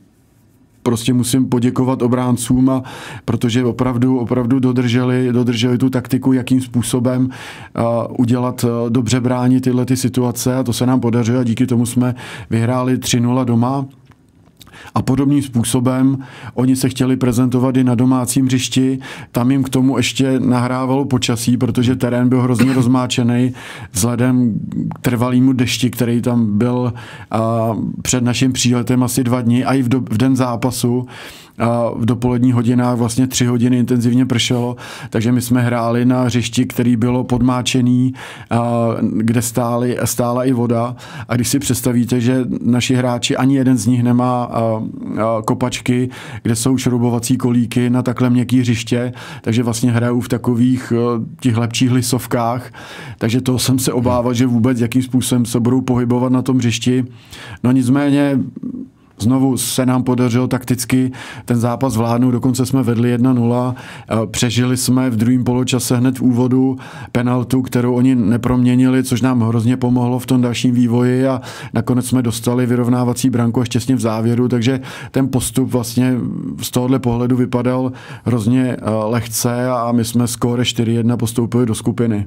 prostě musím poděkovat obráncům, a protože opravdu, opravdu dodrželi, dodrželi tu taktiku, jakým způsobem uh, udělat uh, dobře bránit tyhle ty situace a to se nám podařilo a díky tomu jsme vyhráli tři nula doma. A podobným způsobem oni se chtěli prezentovat i na domácím hřišti. Tam jim k tomu ještě nahrávalo počasí, protože terén byl hrozně rozmáčený vzhledem k trvalýmu dešti, který tam byl a, před naším příletem asi dva dny a i v, do, v den zápasu. A v dopoledních hodinách vlastně tři hodiny intenzivně pršelo, takže my jsme hráli na hřišti, který bylo podmáčený, a, kde stály, stála i voda. A když si představíte, že naši hráči, ani jeden z nich nemá a, a, kopačky, kde jsou šroubovací kolíky na takhle měkký hřiště, takže vlastně hrajou v takových těch lepších lisovkách. Takže to jsem se obával, že vůbec jakým způsobem se budou pohybovat na tom hřišti. No nicméně znovu se nám podařilo takticky ten zápas vládnout, dokonce jsme vedli jedna nula. Přežili jsme v druhém poločase hned v úvodu penaltu, kterou oni neproměnili, což nám hrozně pomohlo v tom dalším vývoji a nakonec jsme dostali vyrovnávací branku až těsně v závěru, takže ten postup vlastně z tohohle pohledu vypadal hrozně lehce a my jsme skóre čtyři jedna postoupili do skupiny.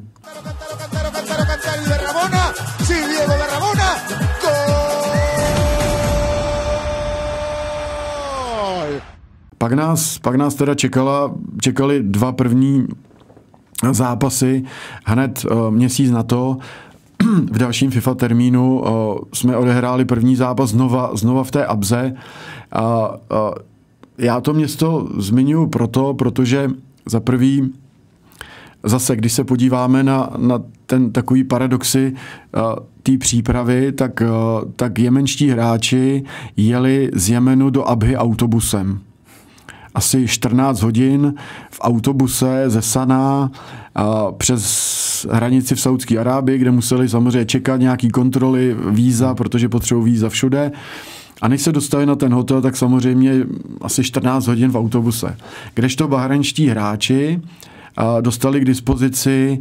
Pak nás, pak nás teda čekala, čekali dva první zápasy hned uh, měsíc na to. V dalším FIFA termínu uh, jsme odehráli první zápas znova, znova v té Abze. A uh, já to město zmiňuji proto, protože za prvý zase, když se podíváme na, na ten takový paradoxy uh, té přípravy, tak, uh, tak jemenští hráči jeli z Jemenu do Abhy autobusem. Asi čtrnáct hodin v autobuse ze Saná a přes hranici v Saúdské Arábii, kde museli samozřejmě čekat nějaký kontroly, víza, protože potřebují víza všude. A než se dostali na ten hotel, tak samozřejmě asi čtrnáct hodin v autobuse. Kdežto bahrajnští hráči dostali k dispozici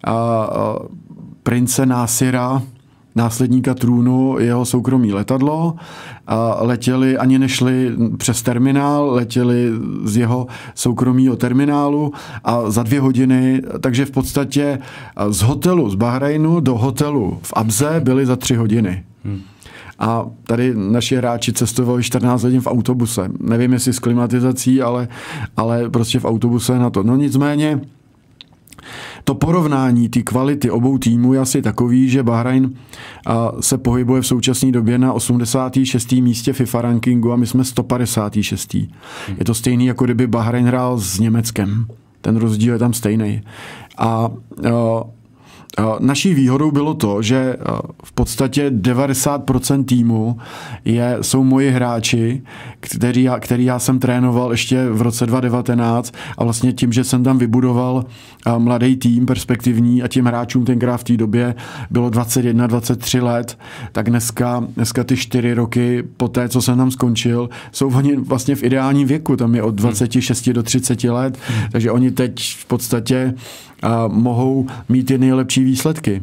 prince Násira, následníka trůnu, jeho soukromý letadlo. A letěli, ani nešli přes terminál, letěli z jeho soukromého terminálu a za dvě hodiny, takže v podstatě z hotelu z Bahrajnu do hotelu v Abze byli za tři hodiny. Hmm. A tady naši hráči cestovali čtrnáct hodin v autobuse. Nevím, jestli s klimatizací, ale, ale prostě v autobuse na to. No nicméně to porovnání té kvality obou týmů je asi takový, že Bahrajn se pohybuje v současné době na osmdesátém šestém místě FIFA rankingu a my jsme sto padesátý šestý Je to stejný, jako kdyby Bahrajn hrál s Německem. Ten rozdíl je tam stejný. A naší výhodou bylo to, že v podstatě devadesát procent týmu je, jsou moji hráči, který já, který já jsem trénoval ještě v roce dva tisíce devatenáct a vlastně tím, že jsem tam vybudoval mladý tým perspektivní a těm hráčům tenkrát v té době bylo dvacet jedna, dvacet tři let, tak dneska, dneska ty čtyři roky po té, co jsem tam skončil, jsou oni vlastně v ideálním věku, tam je od dvacet šest do třicet let, takže oni teď v podstatě a mohou mít ty nejlepší výsledky.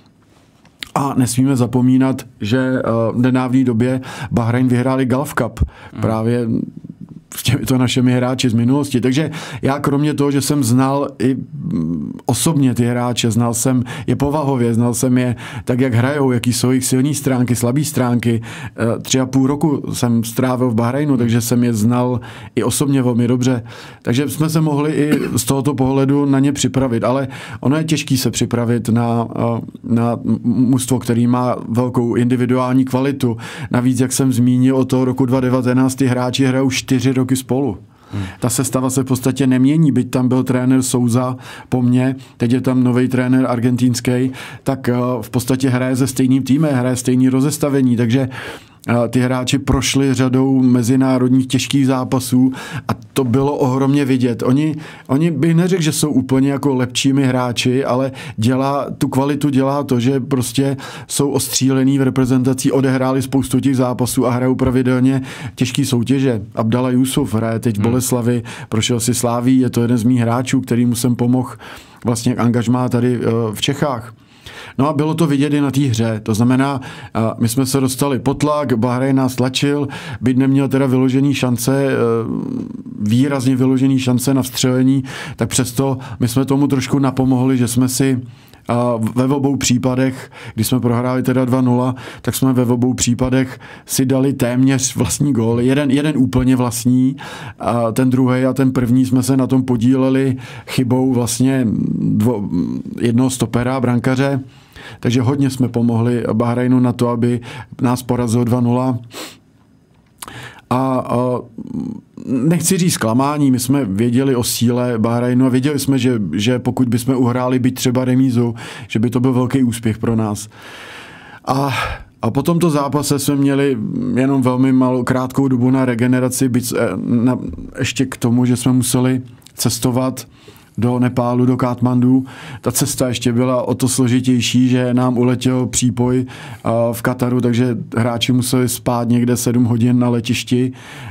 A nesmíme zapomínat, že v nedávné době Bahrajn vyhráli Gulf Cup. Právě s těmito našimi hráči z minulosti. Takže já kromě toho, že jsem znal i osobně ty hráče, znal jsem je povahově, znal jsem je tak, jak hrajou, jaký jsou jejich silné stránky, slabé stránky. Tři a půl roku jsem strávil v Bahrajnu, takže jsem je znal i osobně velmi dobře. Takže jsme se mohli i z tohoto pohledu na ně připravit. Ale ono je těžké se připravit na, na mužstvo, který má velkou individuální kvalitu. Navíc, jak jsem zmínil, od toho roku dva tisíce devatenáct ty hráči hrajou čtyři roky spolu. Hmm. Ta sestava se v podstatě nemění, byť tam byl trenér Souza po mně, teď je tam nový trenér argentinský, tak v podstatě hraje se stejným týmem, hraje stejný rozestavení, takže ty hráči prošli řadou mezinárodních těžkých zápasů a to bylo ohromně vidět. Oni, oni bych neřekl, že jsou úplně jako lepšími hráči, ale dělá, tu kvalitu dělá to, že prostě jsou ostřílení v reprezentací, odehráli spoustu těch zápasů a hrajou pravidelně těžký soutěže. Abdallah Yusuf hraje teď v Boleslavi, prošel si Sláví, je to jeden z mých hráčů, kterýmu jsem pomohl vlastně k angažmá tady v Čechách. No a bylo to vidět i na té hře. To znamená, my jsme se dostali pod tlak, Bahrajn nás tlačil, byť neměl teda vyložený šance, výrazně vyložený šance na vstřelení, tak přesto my jsme tomu trošku napomohli, že jsme si A ve obou případech, když jsme prohráli teda dva nula, tak jsme ve obou případech si dali téměř vlastní gól. Jeden, jeden úplně vlastní, a ten druhý a ten první jsme se na tom podíleli chybou vlastně dvo, jednoho stopera, brankaře. Takže hodně jsme pomohli Bahrajnu na to, aby nás porazil dva nula. A, a nechci říct zklamání, my jsme věděli o síle Bahrajnu a věděli jsme, že, že pokud bychom uhráli byť třeba remízu, že by to byl velký úspěch pro nás. A, a po tomto zápase jsme měli jenom velmi malou, krátkou dobu na regeneraci, byť na, ještě k tomu, že jsme museli cestovat do Nepálu, do Katmandu. Ta cesta ještě byla o to složitější, že nám uletěl přípoj v Kataru, takže hráči museli spát někde sedm hodin na letišti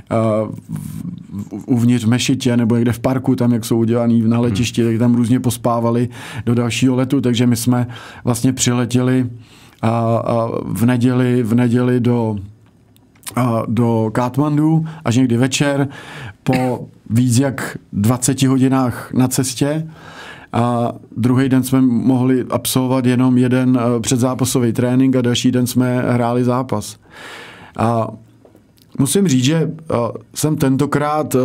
uvnitř v mešitě nebo někde v parku, tam jak jsou udělaný na letišti, tak tam různě pospávali do dalšího letu, takže my jsme vlastně přiletěli v neděli, v neděli do do Katmandu až někdy večer po víc jak dvaceti hodinách na cestě a druhý den jsme mohli absolvovat jenom jeden předzápasový trénink a další den jsme hráli zápas. A musím říct, že jsem tentokrát,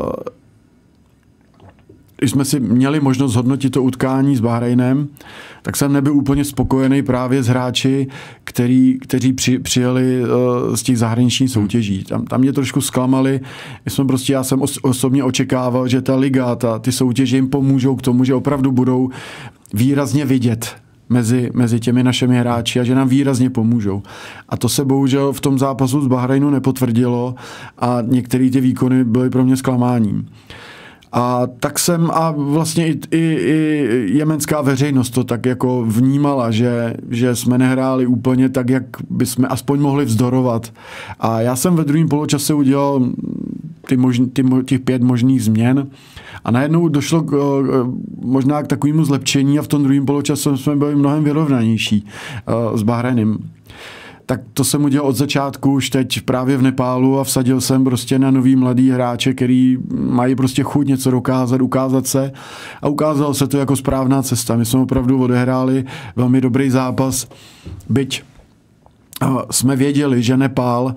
když jsme si měli možnost hodnotit to utkání s Bahrajnem, tak jsem nebyl úplně spokojený právě s hráči, který, kteří při, přijeli uh, z těch zahraničních soutěží. Tam, tam mě trošku zklamali. Jsme prostě, já jsem os, osobně očekával, že ta liga, ta, ty soutěže jim pomůžou k tomu, že opravdu budou výrazně vidět mezi, mezi těmi našimi hráči a že nám výrazně pomůžou. A to se bohužel v tom zápasu z Bahrajnu nepotvrdilo a některé ty výkony byly pro mě zklamáním. A tak jsem, a vlastně i, i, i jemenská veřejnost to tak jako vnímala, že, že jsme nehráli úplně tak, jak bychom aspoň mohli vzdorovat. A já jsem ve druhém poločase udělal ty možn, ty, těch pět možných změn a najednou došlo k, možná k takovému zlepšení a v tom druhém poločase jsme byli mnohem vyrovnanější uh, s Bahrajnem. Tak to jsem udělal od začátku už teď právě v Nepálu a vsadil jsem prostě na nový mladý hráče, který mají prostě chuť něco dokázat, ukázat se a ukázalo se to jako správná cesta. My jsme opravdu odehráli velmi dobrý zápas, byť jsme věděli, že Nepál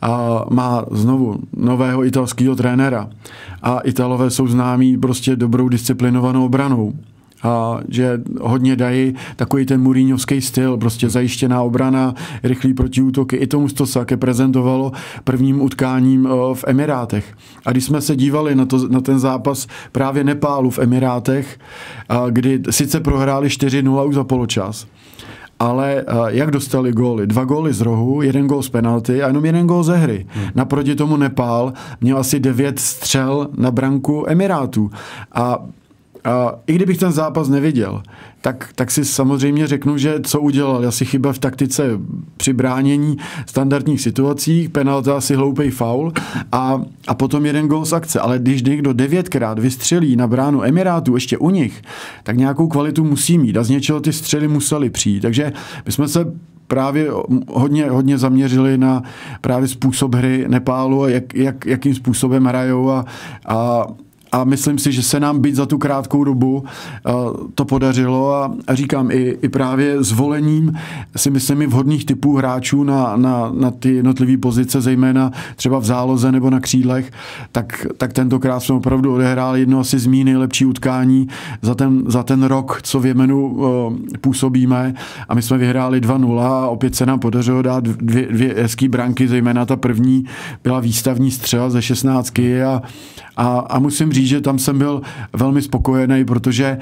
má znovu nového italského trenéra a Italové jsou známí prostě dobrou disciplinovanou obranou. A že hodně dají takový ten Mourinhovský styl, prostě zajištěná obrana, rychlý protiútoky. I tomu to se také prezentovalo prvním utkáním v Emirátech. A když jsme se dívali na, to, na ten zápas právě Nepálu v Emirátech, kdy sice prohráli čtyři nula už za poločas, ale jak dostali góly? Dva góly z rohu, jeden gól z penalty a jenom jeden gól ze hry. Hmm. Naproti tomu Nepál měl asi devět střel na branku Emirátů. A A i kdybych ten zápas neviděl, tak, tak si samozřejmě řeknu, že co udělal. Asi chyba v taktice při bránění standardních situacích, penalta, asi hloupej faul a, a potom jeden gól z akce. Ale když někdo devětkrát vystřelí na bránu Emirátů, ještě u nich, tak nějakou kvalitu musí mít a z něčeho ty střely musely přijít. Takže my jsme se právě hodně, hodně zaměřili na právě způsob hry Nepálu a jak, jak, jakým způsobem hrajou a, a A myslím si, že se nám byť za tu krátkou dobu uh, to podařilo a, a říkám, i, i právě zvolením si myslím i vhodných typů hráčů na, na, na ty jednotlivé pozice, zejména třeba v záloze nebo na křídlech, tak, tak tentokrát jsme opravdu odehráli jedno asi z mých nejlepší utkání za ten, za ten rok, co v Jemenu uh, působíme a my jsme vyhráli dva nula a opět se nám podařilo dát dvě, dvě hezký branky, zejména ta první byla výstavní střela ze šestnáctky a, a, a musím říct, že tam jsem byl velmi spokojený, protože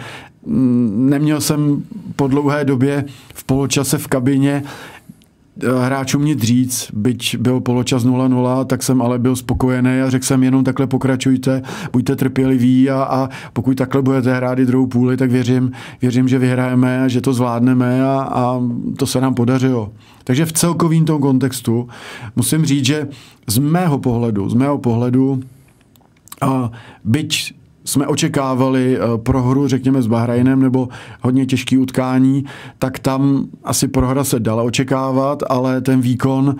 neměl jsem po dlouhé době v poločase v kabině hráčům nic říct, byť byl poločas nula nula, tak jsem ale byl spokojený a řekl jsem jenom takhle pokračujte, buďte trpěliví a, a pokud takhle budete hrát i druhou půli, tak věřím, věřím, že vyhrajeme a že to zvládneme a, a to se nám podařilo. Takže v celkovém tom kontextu musím říct, že z mého pohledu, z mého pohledu a byť jsme očekávali prohru, řekněme, s Bahrajnem nebo hodně těžký utkání, tak tam asi prohra se dala očekávat, ale ten výkon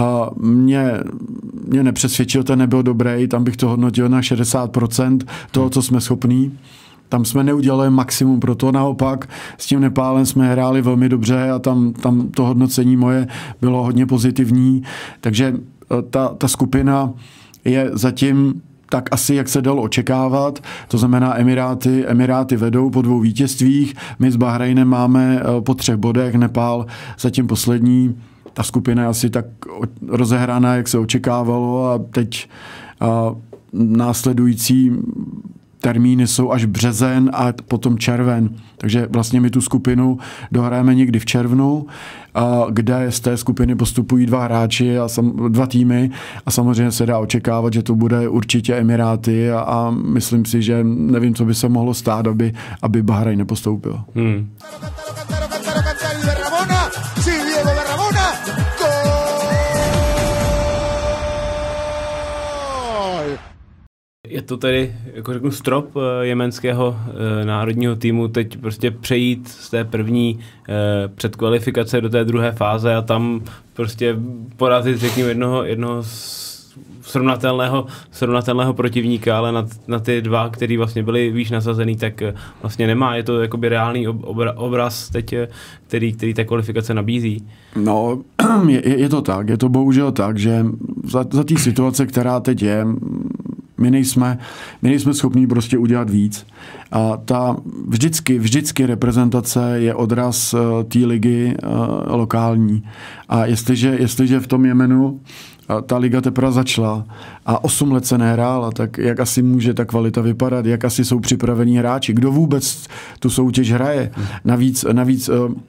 mě, mě nepřesvědčil, ten nebyl dobrý, tam bych to hodnotil na šedesát procent toho, co jsme schopní. Tam jsme neudělali maximum pro to, naopak s tím Nepálem jsme hráli velmi dobře a tam, tam to hodnocení moje bylo hodně pozitivní, takže ta, ta skupina je zatím tak asi, jak se dalo očekávat. To znamená, Emiráty, Emiráty vedou po dvou vítězstvích. My s Bahrajnem máme po třech bodech, Nepál zatím poslední. Ta skupina je asi tak rozehraná, jak se očekávalo a teď a následující termíny jsou až březen a potom červen. Takže vlastně my tu skupinu dohrajeme někdy v červnu, a kde z té skupiny postupují dva hráči a sam, dva týmy a samozřejmě se dá očekávat, že to bude určitě Emiráty a, a myslím si, že nevím, co by se mohlo stát, aby, aby Bahrajn nepostoupil. Hmm. Je to tedy, jako řeknu, strop jemenského e, národního týmu teď prostě přejít z té první e, předkvalifikace do té druhé fáze a tam prostě porazit, řekněme, jednoho, jednoho srovnatelného, srovnatelného protivníka, ale na, na ty dva, který vlastně byli výš nasazený, tak vlastně nemá. Je to jakoby reálný obra, obraz teď, který, který ta kvalifikace nabízí. No, je, je to tak. Je to bohužel tak, že za, za té situace, která teď je, My nejsme, my nejsme schopní prostě udělat víc. A ta vždycky, vždycky reprezentace je odraz uh, té ligy uh, lokální. A jestliže, jestliže v tom Jemenu ta liga teprve začala a osm let se nehrála, tak jak asi může ta kvalita vypadat, jak asi jsou připravení hráči, kdo vůbec tu soutěž hraje. Navíc, navíc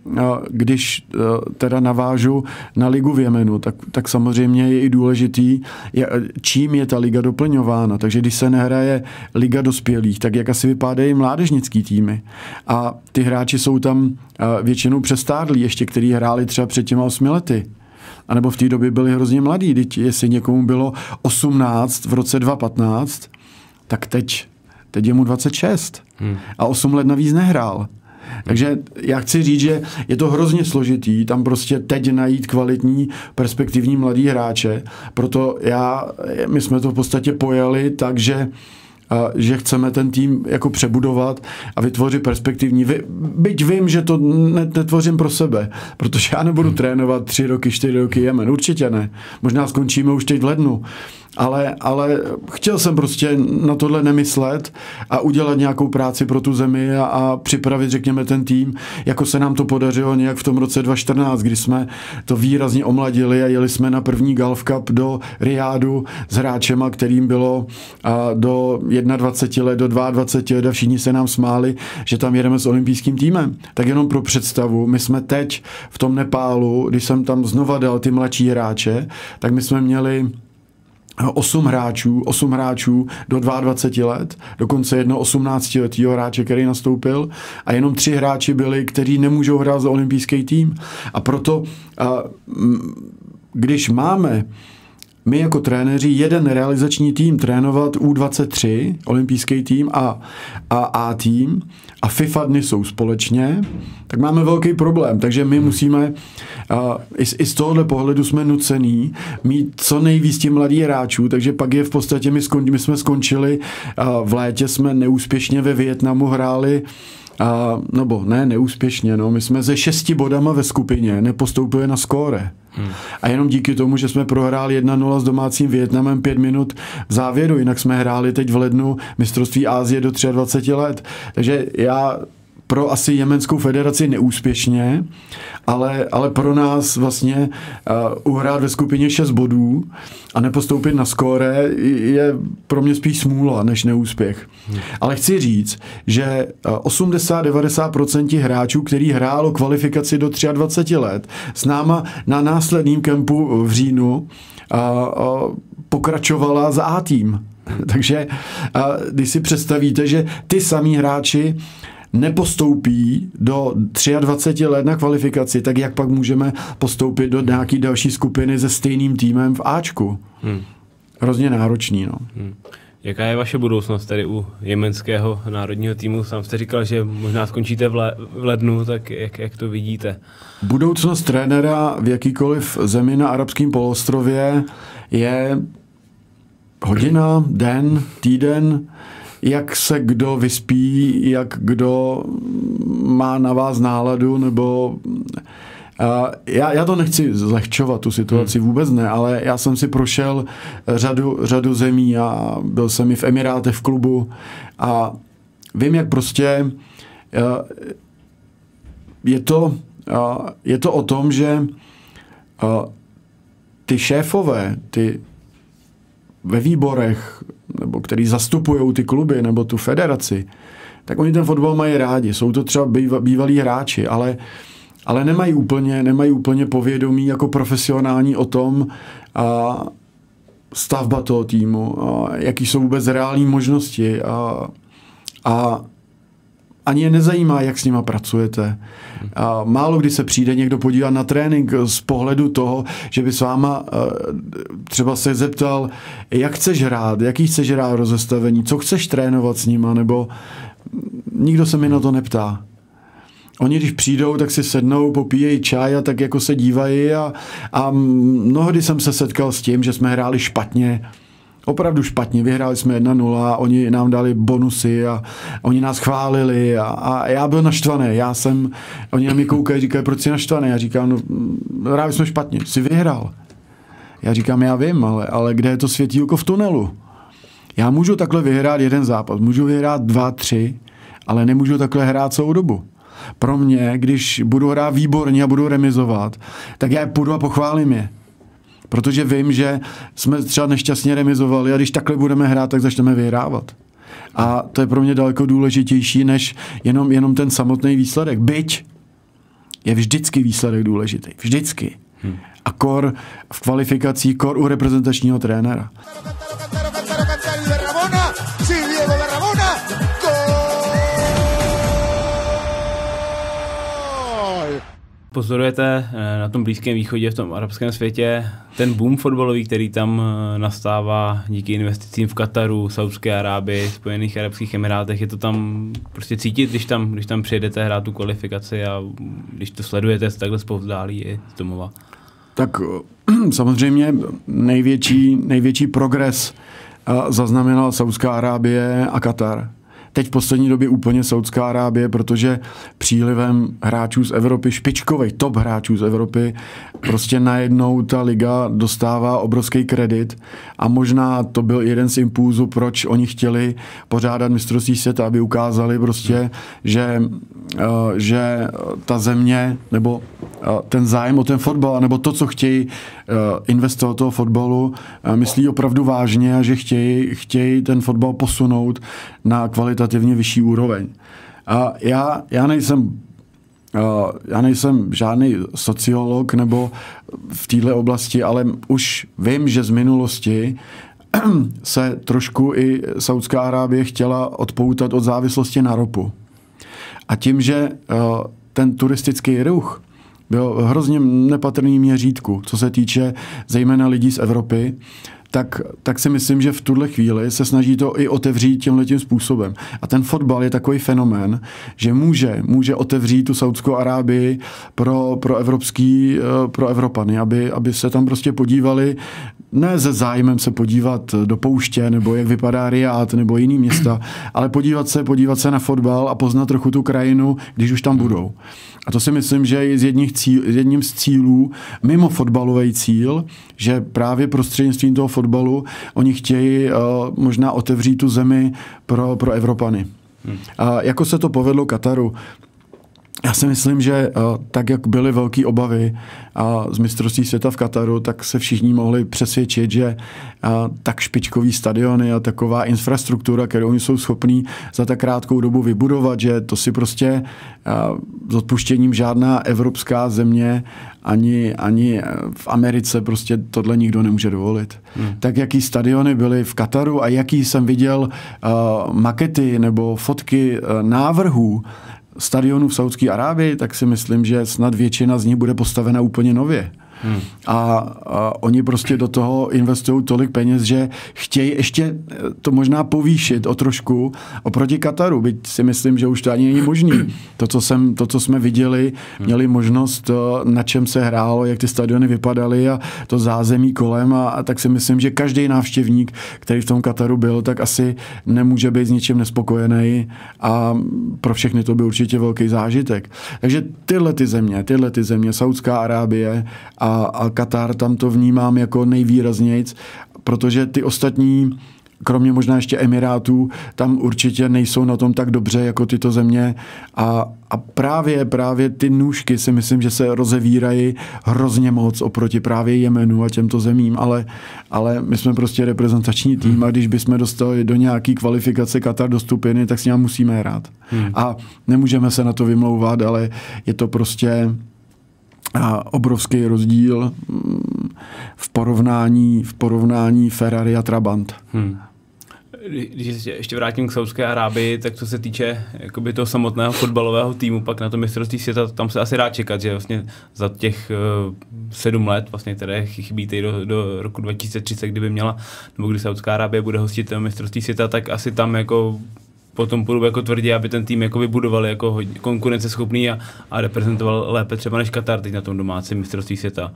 když teda navážu na ligu v Jemenu, tak, tak samozřejmě je i důležitý, čím je ta liga doplňována. Takže když se nehraje liga dospělých, tak jak asi vypadají mládežnický týmy. A ty hráči jsou tam většinou přestárlí, ještě který hráli třeba před těma osmi lety. A nebo v té době byli hrozně mladí. Teď, jestli někomu bylo osmnáct v roce dva tisíce patnáct, tak teď, teď je mu dvacet šest. Hmm. A osm let navíc nehrál. Hmm. Takže já chci říct, že je to hrozně složitý tam prostě teď najít kvalitní, perspektivní mladý hráče. Proto já, my jsme to v podstatě pojali tak, že že chceme ten tým jako přebudovat a vytvořit perspektivní. Byť vím, že to netvořím pro sebe, protože já nebudu hmm. trénovat tři roky, čtyři roky Jemen. Určitě ne. Možná skončíme už teď v lednu. Ale, ale chtěl jsem prostě na tohle nemyslet a udělat nějakou práci pro tu zemi a, a připravit, řekněme, ten tým, jako se nám to podařilo nějak v tom roce dva tisíce čtrnáct, kdy jsme to výrazně omladili a jeli jsme na první Gulf Cup do Rijádu s hráčema, kterým bylo a, do dvacet jedna let, do dvacet dva let a všichni se nám smáli, že tam jedeme s olympijským týmem. Tak jenom pro představu, my jsme teď v tom Nepálu, když jsem tam znova dal ty mladší hráče, tak my jsme měli osm hráčů, osm hráčů do dvacet dva let, dokonce jedno osmnáctiletýho hráče, který nastoupil a jenom tři hráči byli, kteří nemůžou hrát za olympijský tým. A proto, když máme my jako trenéři jeden realizační tým trénovat U dvacet tři, olympijský tým a, a A tým a FIFA dny jsou společně, tak máme velký problém. Takže my musíme, a, i, i z tohohle pohledu jsme nucený mít co nejvíc těch mladých hráčů, takže pak je v podstatě, my, skon, my jsme skončili, a v létě jsme neúspěšně ve Vietnamu hráli, a, nebo ne neúspěšně, no, my jsme ze šesti bodama ve skupině nepostoupili na skóre. Hmm. A jenom díky tomu, že jsme prohráli jedna nula s domácím Vietnamem pět minut v závěru, jinak jsme hráli teď v lednu mistrovství Asie do dvacet tři let. Takže já pro asi Jemenskou federaci neúspěšně, ale, ale pro nás vlastně uh, uhrát ve skupině šest bodů a nepostoupit na skóre je pro mě spíš smůla než neúspěch. Hmm. Ale chci říct, že osmdesát až devadesát procent hráčů, který hrálo kvalifikaci do dvacet tři let, s náma na následným kempu v říjnu uh, uh, pokračovala za A tým. Takže uh, když si představíte, že ty samý hráči nepostoupí do dvacet tři let na kvalifikaci, tak jak pak můžeme postoupit do nějaký další skupiny se stejným týmem v Ačku? Hmm. Hrozně náročný, no. Hmm. Jaká je vaše budoucnost tady u jemenského národního týmu? Sám jste říkal, že možná skončíte v, le- v lednu, tak jak, jak to vidíte? Budoucnost trenéra v jakýkoliv zemi na arabském poloostrově je hodina, den, týden, jak se kdo vyspí, jak kdo má na vás náladu, nebo já, já to nechci zlehčovat, tu situaci vůbec ne, ale já jsem si prošel řadu, řadu zemí a byl jsem i v Emirátech v klubu a vím, jak prostě je to, je to o tom, že ty šéfové, ty ve výborech, nebo který zastupují ty kluby, nebo tu federaci, tak oni ten fotbal mají rádi. Jsou to třeba bývalí hráči, ale, ale nemají úplně, nemají úplně povědomí jako profesionální o tom a stavba toho týmu, a jaký jsou vůbec reální možnosti a, a ani je nezajímá, jak s nima pracujete. A málo kdy se přijde někdo podívat na trénink z pohledu toho, že by s váma třeba se zeptal, jak chceš hrát, jaký chceš hrát rozestavení, co chceš trénovat s nima, nebo nikdo se mi na to neptá. Oni, když přijdou, tak si sednou, popíjejí čaj a tak jako se dívají a, a mnohdy jsem se setkal s tím, že jsme hráli špatně, opravdu špatně. Vyhráli jsme jedna nula, oni nám dali bonusy a oni nás chválili a, a já byl naštvaný. Já jsem, oni na mě koukají, říkají, proč jsi naštvaný? Já říkám, no, hráli jsme špatně, jsi vyhrál. Já říkám, já vím, ale, ale kde je to světýlko v tunelu? Já můžu takhle vyhrát jeden zápas, můžu vyhrát dva, tři, ale nemůžu takhle hrát celou dobu. Pro mě, když budu hrát výborně a budu remizovat, tak já půjdu a pochválím je. Protože vím, že jsme třeba nešťastně remizovali a když takhle budeme hrát, tak začneme vyhrávat. A to je pro mě daleko důležitější, než jenom, jenom ten samotný výsledek. Byť je vždycky výsledek důležitý. Vždycky. Hmm. A kor v kvalifikacích, kor u reprezentačního trenéra. Pozorujete na tom Blízkém východě, v tom arabském světě, ten boom fotbalový, který tam nastává díky investicím v Kataru, Saudské Arábii, Spojených arabských emirátech. Je to tam prostě cítit, když tam, když tam přijedete hrát tu kvalifikaci a když to sledujete takhle zpovzdálí i z domova? Tak samozřejmě největší, největší progres zaznamenala Saudská Arábie a Katar. Teď v poslední době úplně Saudská Arábie, protože přílivem hráčů z Evropy, špičkových top hráčů z Evropy, prostě najednou ta liga dostává obrovský kredit a možná to byl jeden z impulzů, proč oni chtěli pořádat mistrovství světa, aby ukázali prostě, že, že ta země nebo ten zájem o ten fotbal, nebo to, co chtějí investovat do toho fotbalu, myslí opravdu vážně a že chtějí, chtějí ten fotbal posunout na kvalitativně vyšší úroveň. A já, já nejsem já nejsem žádný sociolog nebo v této oblasti, ale už vím, že z minulosti se trošku i Saudská Arábie chtěla odpoutat od závislosti na ropu. A tím, že ten turistický ruch byl v hrozně nepatrný měřítku, co se týče zejména lidí z Evropy, tak, tak si myslím, že v tuhle chvíli se snaží to i otevřít tímhletím způsobem. A ten fotbal je takový fenomén, že může, může otevřít tu Saudskou Arábii pro, pro, evropský, pro Evropany, aby, aby se tam prostě podívali, ne se zájmem se podívat do pouště, nebo jak vypadá Riad, nebo jiný města, ale podívat se, podívat se na fotbal a poznat trochu tu krajinu, když už tam budou. A to si myslím, že je z jedních cíl, jedním z cílů, mimo fotbalový cíl, že právě prostřednictvím toho fotbalu oni chtějí uh, možná otevřít tu zemi pro, pro Evropany. Hmm. A jako se to povedlo Kataru, já si myslím, že uh, tak, jak byly velké obavy uh, z mistrovství světa v Kataru, tak se všichni mohli přesvědčit, že uh, tak špičkový stadiony a taková infrastruktura, kterou oni jsou schopní za tak krátkou dobu vybudovat, že to si prostě uh, s odpuštěním žádná evropská země ani, ani v Americe prostě tohle nikdo nemůže dovolit. Hmm. Tak jaký stadiony byly v Kataru a jaký jsem viděl uh, makety nebo fotky uh, návrhů stadionů v Saudské Arábii, tak si myslím, že snad většina z nich bude postavena úplně nově. Hmm. A, a oni prostě do toho investují tolik peněz, že chtějí ještě to možná povýšit o trošku oproti Kataru. Byť si myslím, že už to ani není možný. To, co, jsem, to, co jsme viděli, měli možnost, na čem se hrálo, jak ty stadiony vypadaly a to zázemí kolem a, a tak si myslím, že každý návštěvník, který v tom Kataru byl, tak asi nemůže být s ničím nespokojený a pro všechny to byl určitě velký zážitek. Takže tyhle ty země, tyhle ty země, Saudská Arábie a, a Katar, tam to vnímám jako nejvýraznějc, protože ty ostatní, kromě možná ještě Emirátů, tam určitě nejsou na tom tak dobře jako tyto země a, a právě, právě ty nůžky si myslím, že se rozevírají hrozně moc oproti právě Jemenu a těmto zemím, ale, ale my jsme prostě reprezentační tým a když bychom dostali do nějaký kvalifikace Katar do skupiny, tak s ním musíme hrát. Hmm. A nemůžeme se na to vymlouvat, ale je to prostě a obrovský rozdíl v porovnání, v porovnání Ferrari a Trabant. Hmm. Když se ještě vrátím k Saudské Arábii, tak co se týče jakoby toho samotného fotbalového týmu, pak na to mistrovství světa, tam se asi dá čekat, že vlastně za těch uh, sedm let, vlastně, které chybí do, do roku dva tisíce třicet, kdyby měla, nebo kdy Saudská Arábie bude hostit mistrovství světa, tak asi tam jako potom půjdu jako tvrdě, aby ten tým jako vybudovali jako konkurenceschopný a, a reprezentoval lépe třeba než Katar teď na tom domácím mistrovství světa.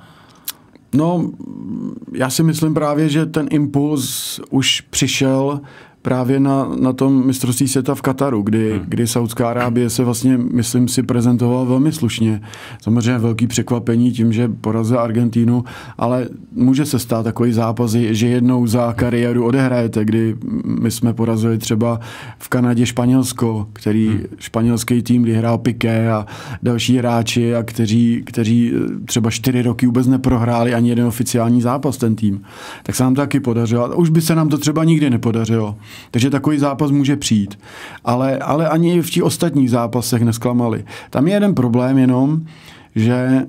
No, já si myslím právě, že ten impuls už přišel právě na, na tom mistrovství světa v Kataru, kdy, hmm. kdy Saudská Arábie se vlastně, myslím si, prezentovala velmi slušně. Samozřejmě velký překvapení tím, že porazil Argentínu, ale může se stát takový zápas, že jednou za kariéru odehrajete, kdy my jsme porazili třeba v Kanadě Španělsko, který hmm. španělský tým, kdy hrál Piqué a další hráči, a kteří, kteří třeba čtyři roky vůbec neprohráli ani jeden oficiální zápas ten tým. Tak se nám to taky podařilo. A už by se nám to třeba nikdy nepodařilo. Takže takový zápas může přijít. Ale, ale ani v těch ostatních zápasech nesklamali. Tam je jeden problém jenom, že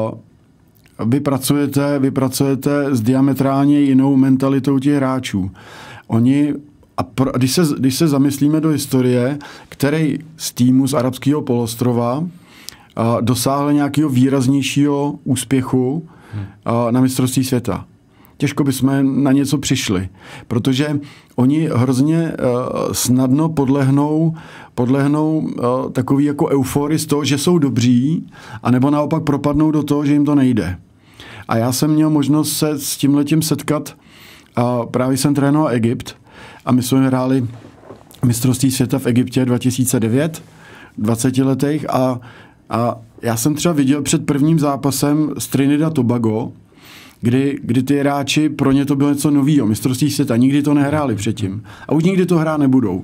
uh, vy, pracujete, vy pracujete s diametrálně jinou mentalitou těch hráčů. Oni, a pro, když, se, když se zamyslíme do historie, který z týmu z arabského polostrova uh, dosáhl nějakého výraznějšího úspěchu uh, na mistrovství světa. Těžko bychom na něco přišli, protože oni hrozně uh, snadno podlehnou, podlehnou uh, takový jako euforii z toho, že jsou dobří, anebo naopak propadnou do toho, že jim to nejde. A já jsem měl možnost se s tímhletím setkat, uh, právě jsem trénoval Egypt a my jsme hráli mistrovství světa v Egyptě dva tisíce devět, dvacetiletých a, a já jsem třeba viděl před prvním zápasem z Trinidad Tobago, Kdy, kdy ty hráči, pro ně to bylo něco novýho, mistrovství světa, nikdy to nehráli předtím. A už nikdy to hrát nebudou.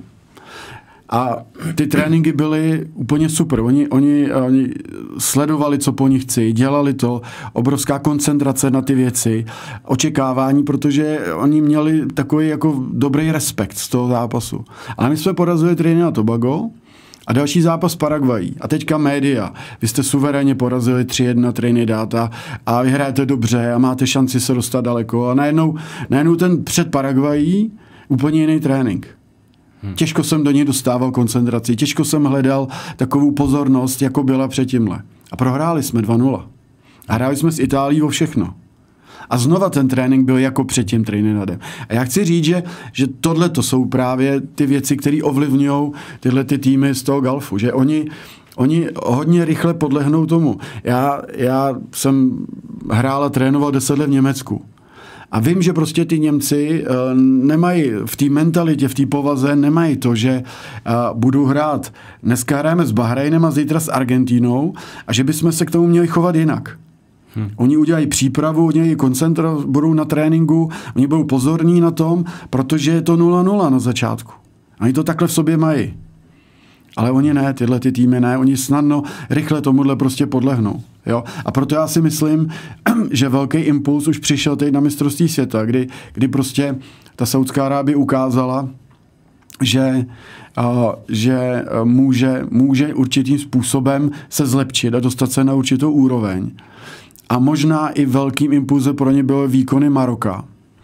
A ty tréninky byly úplně super. Oni, oni, oni sledovali, co po nich chci, dělali to, obrovská koncentrace na ty věci, očekávání, protože oni měli takový jako dobrý respekt z toho zápasu. Ale my jsme porazili Trinidad Tobago a další zápas Paraguají. A teďka média. Vy jste suverénně porazili tři jedna Trinidad a, a vyhrajete dobře a máte šanci se dostat daleko. A najednou, najednou ten před Paraguají úplně jiný trénink. Hmm. Těžko jsem do něj dostával koncentraci, těžko jsem hledal takovou pozornost, jako byla předtímhle. A prohráli jsme dva nula. A hráli jsme s Itálií o všechno. A znova ten trénink byl jako před tím Trinidadem. A já chci říct, že, že tohle to jsou právě ty věci, které ovlivňují tyhle ty týmy z toho Galfu. Že oni, oni hodně rychle podlehnou tomu. Já, já jsem hrál a trénoval deset let v Německu. A vím, že prostě ty Němci uh, nemají v té mentalitě, v té povaze, nemají to, že uh, budou hrát, dneska hrajeme s Bahrajnem a zítra s Argentínou a že bychom se k tomu měli chovat jinak. Hmm. Oni udělají přípravu, oni koncentrovat, budou na tréninku, oni budou pozorní na tom, protože je to nula nula na začátku. Oni to takhle v sobě mají. Ale oni ne, tyhle ty týmy ne, oni snadno, rychle tomuhle prostě podlehnou. Jo? A proto já si myslím, že velký impuls už přišel teď na mistrovství světa, kdy, kdy prostě ta Saudská Arábie ukázala, že, uh, že může, může určitým způsobem se zlepšit a dostat se na určitou úroveň. A možná i velkým impulzem pro ně byly výkony Maroka.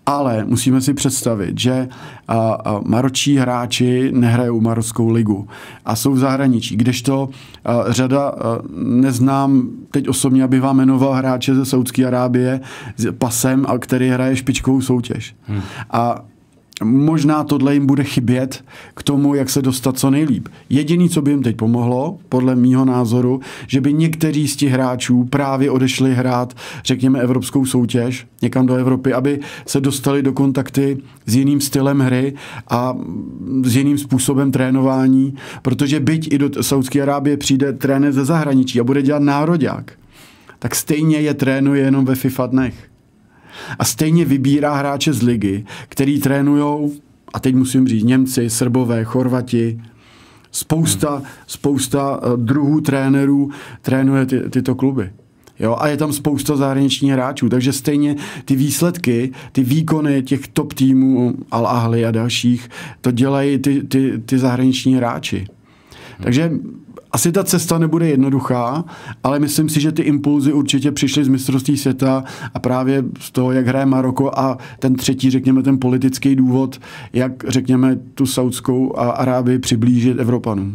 Ale musíme si představit, že a, a maročtí hráči nehrajou marockou ligu a jsou v zahraničí, kdežto a, řada, a, neznám teď osobně, abych vám jmenoval hráče ze Saúdské Arábie s pasem, a který hraje špičkovou soutěž. Hmm. A možná tohle jim bude chybět k tomu, jak se dostat co nejlíp. Jediný, co by jim teď pomohlo, podle mýho názoru, že by někteří z těch hráčů právě odešli hrát, řekněme, evropskou soutěž někam do Evropy, aby se dostali do kontakty s jiným stylem hry a s jiným způsobem trénování, protože byť i do Saúdské Arábie přijde trenér ze zahraničí a bude dělat nároďák, tak stejně je trénuje jenom ve FIFA dnech. A stejně vybírá hráče z ligy, který trénujou, a teď musím říct, Němci, Srbové, Chorvati, spousta, hmm. spousta druhů trenérů trénuje ty, tyto kluby. Jo? A je tam spousta zahraničních hráčů, takže stejně ty výsledky, ty výkony těch top týmů, Al Ahly a dalších, to dělají ty, ty, ty zahraniční hráči. Hmm. Takže asi ta cesta nebude jednoduchá, ale myslím si, že ty impulzy určitě přišly z mistrovství světa a právě z toho, jak hraje Maroko a ten třetí, řekněme, ten politický důvod, jak, řekněme, tu Saudskou Arábii přiblížit Evropanům.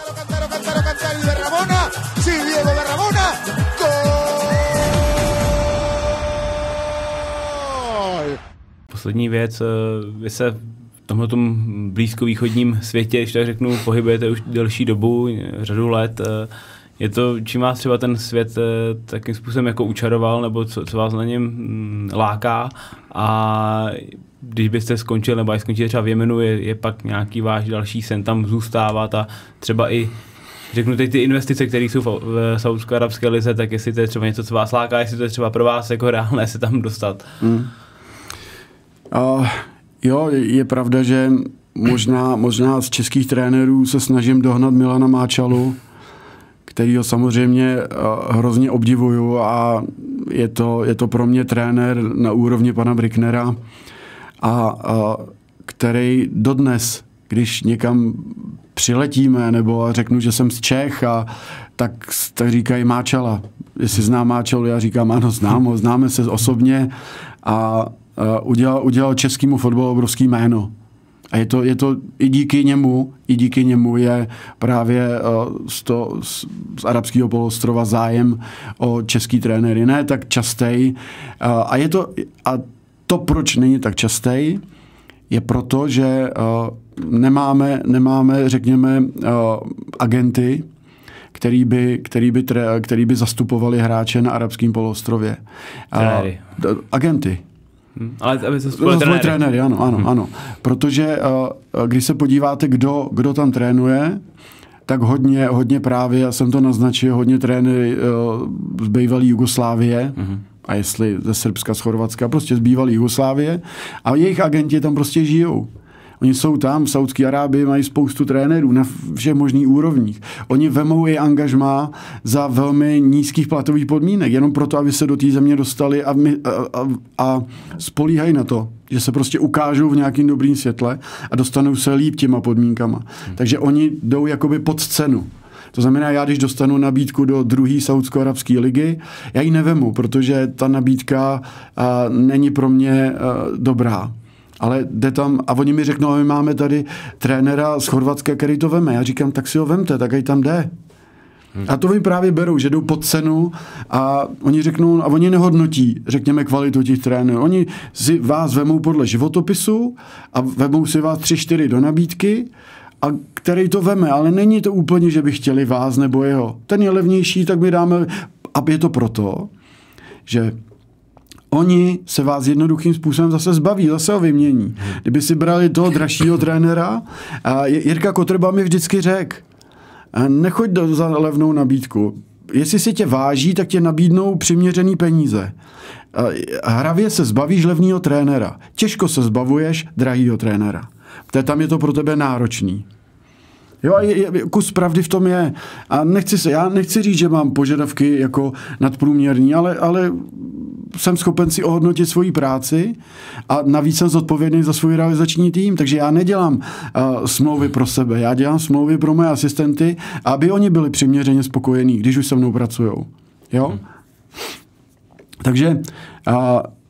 Poslední věc, vy se v tomhletom blízkovýchodním světě, když tak řeknu, pohybujete už delší dobu, řadu let. Je to, čím vás třeba ten svět takým způsobem jako učaroval, nebo co, co vás na něm láká, a když byste skončil, nebo až skončili třeba v Jemenu, je, je pak nějaký váš další sen tam zůstávat a třeba i řeknu teď ty investice, které jsou v Saúdsko-arabské lize, tak jestli to je třeba něco, co vás láká, jestli to je třeba pro vás jako reálné se tam dostat. Hmm. Uh. Jo, je pravda, že možná, možná z českých trenérů se snažím dohnat Milana Máčalu, kterýho samozřejmě hrozně obdivuju a je to, je to pro mě trenér na úrovni pana Bricknera, a, a který dodnes, když někam přiletíme nebo řeknu, že jsem z Čech, a tak, tak říkají Máčala. Jestli znám Máčalu, já říkám, ano, znám ho, známe se osobně, a Uh, udělal, udělal českému fotbalu obrovský jméno. A je to, je to i díky němu, i díky němu je právě uh, z, to, z, z arabského poloostrova zájem o český trenéry. Ne tak častej. Uh, a, je to, a to, proč není tak častej, je proto, že uh, nemáme, nemáme, řekněme, uh, agenty, který by, který by, tre, který by zastupovali hráče na arabském poloostrově. Trenéry. Uh, agenty. Hmm. Ale aby se spolu trenéry. trenéry. Ano, ano, hmm. ano. Protože uh, když se podíváte, kdo, kdo tam trénuje, tak hodně, hodně právě, já jsem to naznačil, hodně trenéry uh, z bývalé Jugoslávie, hmm. a jestli ze Srbska, z Chorvatska, prostě z bývalé Jugoslávie, a jejich agenti tam prostě žijou. Oni jsou tam, v Saúdské Arábii mají spoustu trenérů na všech možných úrovních. Oni vemou i angažmá za velmi nízkých platových podmínek, jenom proto, aby se do té země dostali, a, my, a, a, a spolíhají na to, že se prostě ukážou v nějakým dobrým světle a dostanou se líp těma podmínkama. Hmm. Takže oni jdou jakoby pod scénu. To znamená, já když dostanu nabídku do druhé saúdsko-arabské ligy, já ji nevemu, protože ta nabídka a, není pro mě a, dobrá. Ale jde tam, a oni mi řeknou, my máme tady trenéra z Chorvatska, který to veme. Já říkám, tak si ho vemte, tak ať tam jde. Hmm. A to mi právě berou, že jdou pod cenu a oni řeknou, a oni nehodnotí, řekněme, kvalitu těch trenérů. Oni si vás vemou podle životopisu a vemou si vás tři, čtyři do nabídky, a který to veme, ale není to úplně, že by chtěli vás nebo jeho. Ten je levnější, tak my dáme, a je to proto, že oni se vás jednoduchým způsobem zase zbaví, zase ho vymění. Kdyby si brali toho dražšího trenéra, a Jirka Kotrba mi vždycky řekl, nechoď do, za levnou nabídku. Jestli si tě váží, tak tě nabídnou přiměřený peníze. Hravě se zbavíš levného trenéra. Těžko se zbavuješ drahýho trenéra. Tam je to pro tebe náročný. Jo, a je, je, kus pravdy v tom je. A nechci se, já nechci říct, že mám požadavky jako nadprůměrní, ale, ale jsem schopen si ohodnotit svoji práci a navíc jsem zodpovědný za svůj realizační tým, takže já nedělám uh, smlouvy pro sebe, já dělám smlouvy pro moje asistenty, aby oni byli přiměřeně spokojení, když už se mnou pracujou. Jo? Hmm. Takže uh,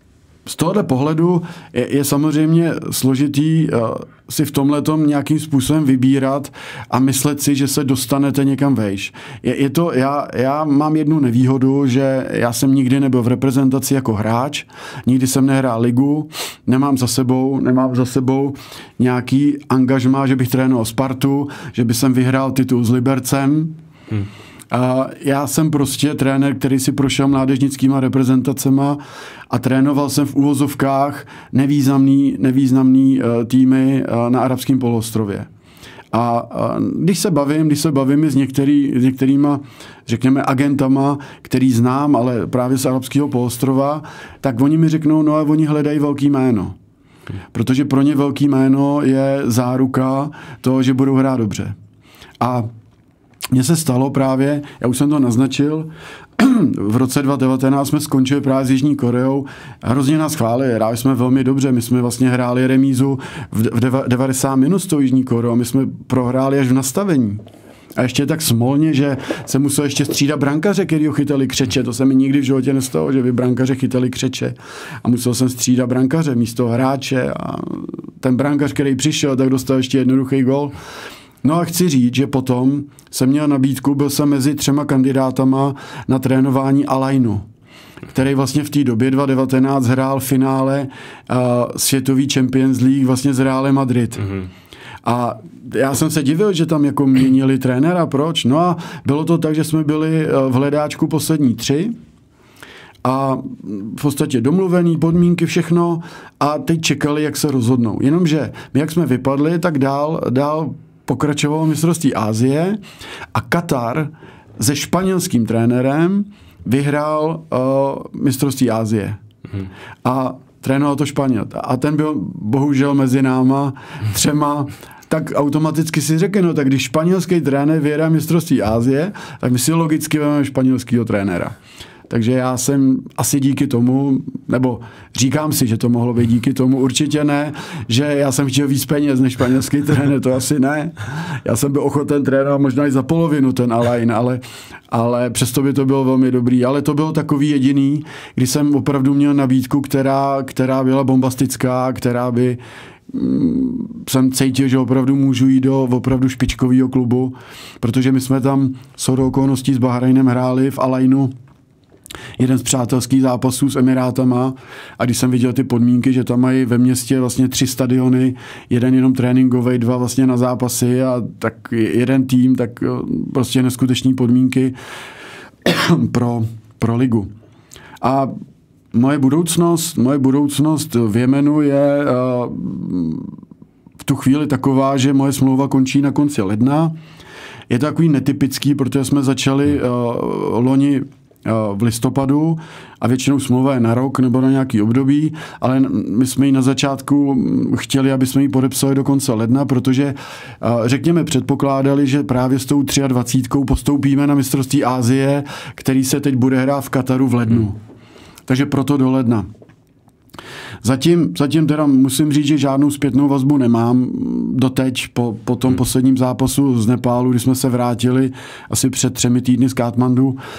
z tohohle pohledu je, je samozřejmě složitý uh, si v tomhletom nějakým způsobem vybírat a myslet si, že se dostanete někam vejš. Je, je to, já, já mám jednu nevýhodu, že já jsem nikdy nebyl v reprezentaci jako hráč, nikdy jsem nehrál ligu, nemám za sebou, nemám za sebou nějaký angažmá, že bych trénoval Spartu, že bych jsem vyhrál titul s Libercem. Hmm. A já jsem prostě trenér, který si prošel mládežnickýma reprezentacema a trénoval jsem v uvozovkách nevýznamný, nevýznamný uh, týmy uh, na arabském poloostrově. A, a když se bavím, když se bavím s, některý, s některýma, řekněme, agentama, který znám, ale právě z arabského poloostrova, tak oni mi řeknou, no a oni hledají velký jméno. Protože pro ně velký jméno je záruka toho, že budou hrát dobře. A mně se stalo právě, já už jsem to naznačil, v roce dva tisíce devatenáct jsme skončili právě s Jižní Koreou a hrozně nás chválili, hráli jsme velmi dobře, my jsme vlastně hráli remízu v devadesát minut s tou Jižní Koreou a my jsme prohráli až v nastavení. A ještě tak smolně, že se musel ještě střídat brankaře, kterýho chytali křeče. To se mi nikdy v životě nestalo, že by brankaře chytali křeče. A musel jsem střídat brankaře místo hráče a ten brankař, který přišel, tak dostal ještě jednoduchý gol. No a chci říct, že potom jsem měl nabídku, byl jsem mezi třema kandidátama na trénování Al-Ainu, který vlastně v té době dva tisíce devatenáct hrál v finále uh, světový Champions League vlastně s Realem Madrid. Mm-hmm. A já jsem se divil, že tam jako měnili trenéra, proč? No a bylo to tak, že jsme byli v hledáčku poslední tři a v podstatě domluvený, podmínky, všechno a teď čekali, jak se rozhodnou. Jenomže my, jak jsme vypadli, tak dál, dál pokračovalo mistrovství Asie a Katar se španělským trenérem vyhrál uh, mistrovství Asie. Hmm. A trénoval to Španěl. A ten byl bohužel mezi náma třema, tak automaticky si řekne, no tak když španělský trenér vyhrá mistrovství Asie, tak my si logicky vezmeme španělského trenéra. Takže já jsem asi díky tomu, nebo říkám si, že to mohlo být díky tomu, určitě ne, že já jsem chtěl víc peněz než španělský trenér, to asi ne. Já jsem byl ochoten trénovat možná i za polovinu ten Al-Ain, ale, ale přesto by to bylo velmi dobrý. Ale to bylo takový jediný, kdy jsem opravdu měl nabídku, která, která byla bombastická, která by jsem cítil, že opravdu můžu jít do opravdu špičkového klubu, protože my jsme tam shodou okolností s Bahrajnem hráli v Al-Ainu jeden z přátelských zápasů s Emirátama a když jsem viděl ty podmínky, že tam mají ve městě vlastně tři stadiony, jeden jenom tréninkový, dva vlastně na zápasy a tak jeden tým, tak prostě neskutečné podmínky pro, pro ligu. A moje budoucnost, moje budoucnost v Jemenu je uh, v tu chvíli taková, že moje smlouva končí na konci ledna. Je to takový netypický, protože jsme začali uh, loni v listopadu a většinou smlouva je na rok nebo na nějaký období, ale my jsme ji na začátku chtěli, aby jsme ji podepsali do konce ledna, protože řekněme předpokládali, že právě s tou dvacítkou tři postoupíme na mistrovství Asie, který se teď bude hrát v Kataru v lednu. Hmm. Takže proto do ledna. Zatím, zatím teda musím říct, že žádnou zpětnou vazbu nemám doteď po, po tom hmm. posledním zápasu z Nepálu, kdy jsme se vrátili asi před třemi týdny z Katmandu. Uh,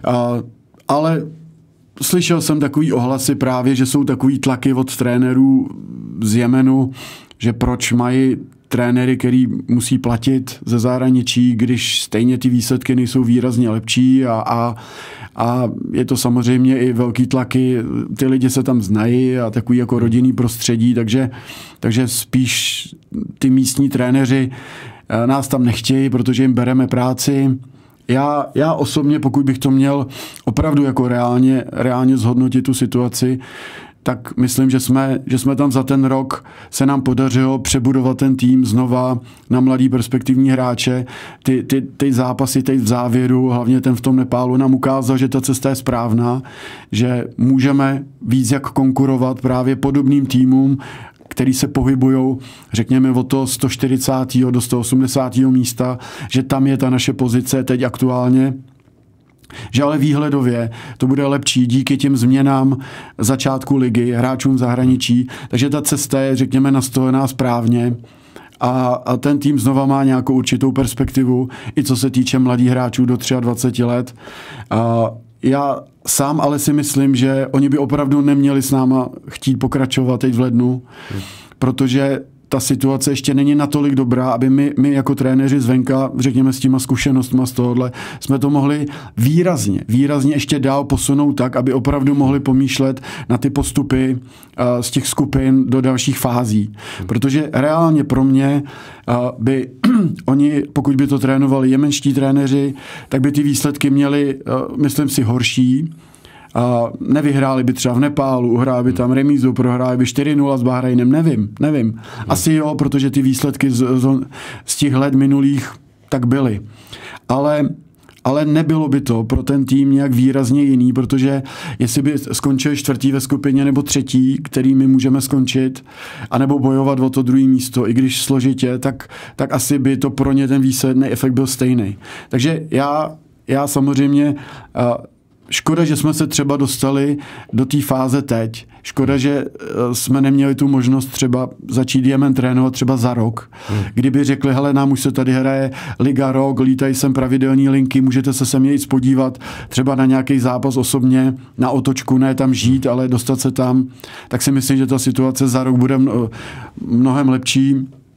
ale slyšel jsem takový ohlasy právě, že jsou takový tlaky od trenérů z Jemenu, že proč mají trenéry, který musí platit ze zahraničí, když stejně ty výsledky nejsou výrazně lepší a, a, a je to samozřejmě i velký tlaky, ty lidi se tam znají a takový jako rodinný prostředí, takže, takže spíš ty místní trenéři nás tam nechtějí, protože jim bereme práci. Já, já osobně, pokud bych to měl opravdu jako reálně, reálně zhodnotit tu situaci, tak myslím, že jsme, že jsme tam za ten rok se nám podařilo přebudovat ten tým znova na mladý perspektivní hráče. Ty, ty, ty zápasy teď v závěru, hlavně ten v tom Nepálu, nám ukázal, že ta cesta je správná, že můžeme víc jak konkurovat právě podobným týmům, který se pohybují, řekněme, od toho sto čtyřicátého do sto osmdesátého místa, že tam je ta naše pozice teď aktuálně. Že ale výhledově to bude lepší díky těm změnám začátku ligy, hráčům v zahraničí, takže ta cesta je, řekněme, nastolená správně a, a ten tým znova má nějakou určitou perspektivu, i co se týče mladých hráčů do dvacet tři let. A já sám ale si myslím, že oni by opravdu neměli s náma chtít pokračovat teď v lednu, hmm. protože ta situace ještě není natolik dobrá, aby my, my jako trenéři zvenka, řekněme s těma zkušenostma z tohohle, jsme to mohli výrazně, výrazně ještě dál posunout tak, aby opravdu mohli pomýšlet na ty postupy uh, z těch skupin do dalších fází. Protože reálně pro mě uh, by oni, pokud by to trénovali jemenští trenéři, tak by ty výsledky měli, uh, myslím si, horší. A nevyhráli by třeba v Nepálu, uhráli by tam remízu, prohráli by čtyři nula s Bahrajnem, nevím, nevím. Asi jo, protože ty výsledky z, z, z těch let minulých tak byly. Ale, ale nebylo by to pro ten tým nějak výrazně jiný, protože jestli by skončil čtvrtý ve skupině nebo třetí, který my můžeme skončit, anebo bojovat o to druhé místo, i když složitě, tak, tak asi by to pro ně ten výsledný efekt byl stejný. Takže já, já samozřejmě... Uh, Škoda, že jsme se třeba dostali do té fáze teď. Škoda, že jsme neměli tu možnost třeba začít Jemen trénovat třeba za rok. Hmm. Kdyby řekli, hele, nám už se tady hraje Liga rok, lítají sem pravidelní linky, můžete se sem jít podívat třeba na nějaký zápas osobně, na otočku, ne tam žít, ale dostat se tam, tak si myslím, že ta situace za rok bude mnohem lepší.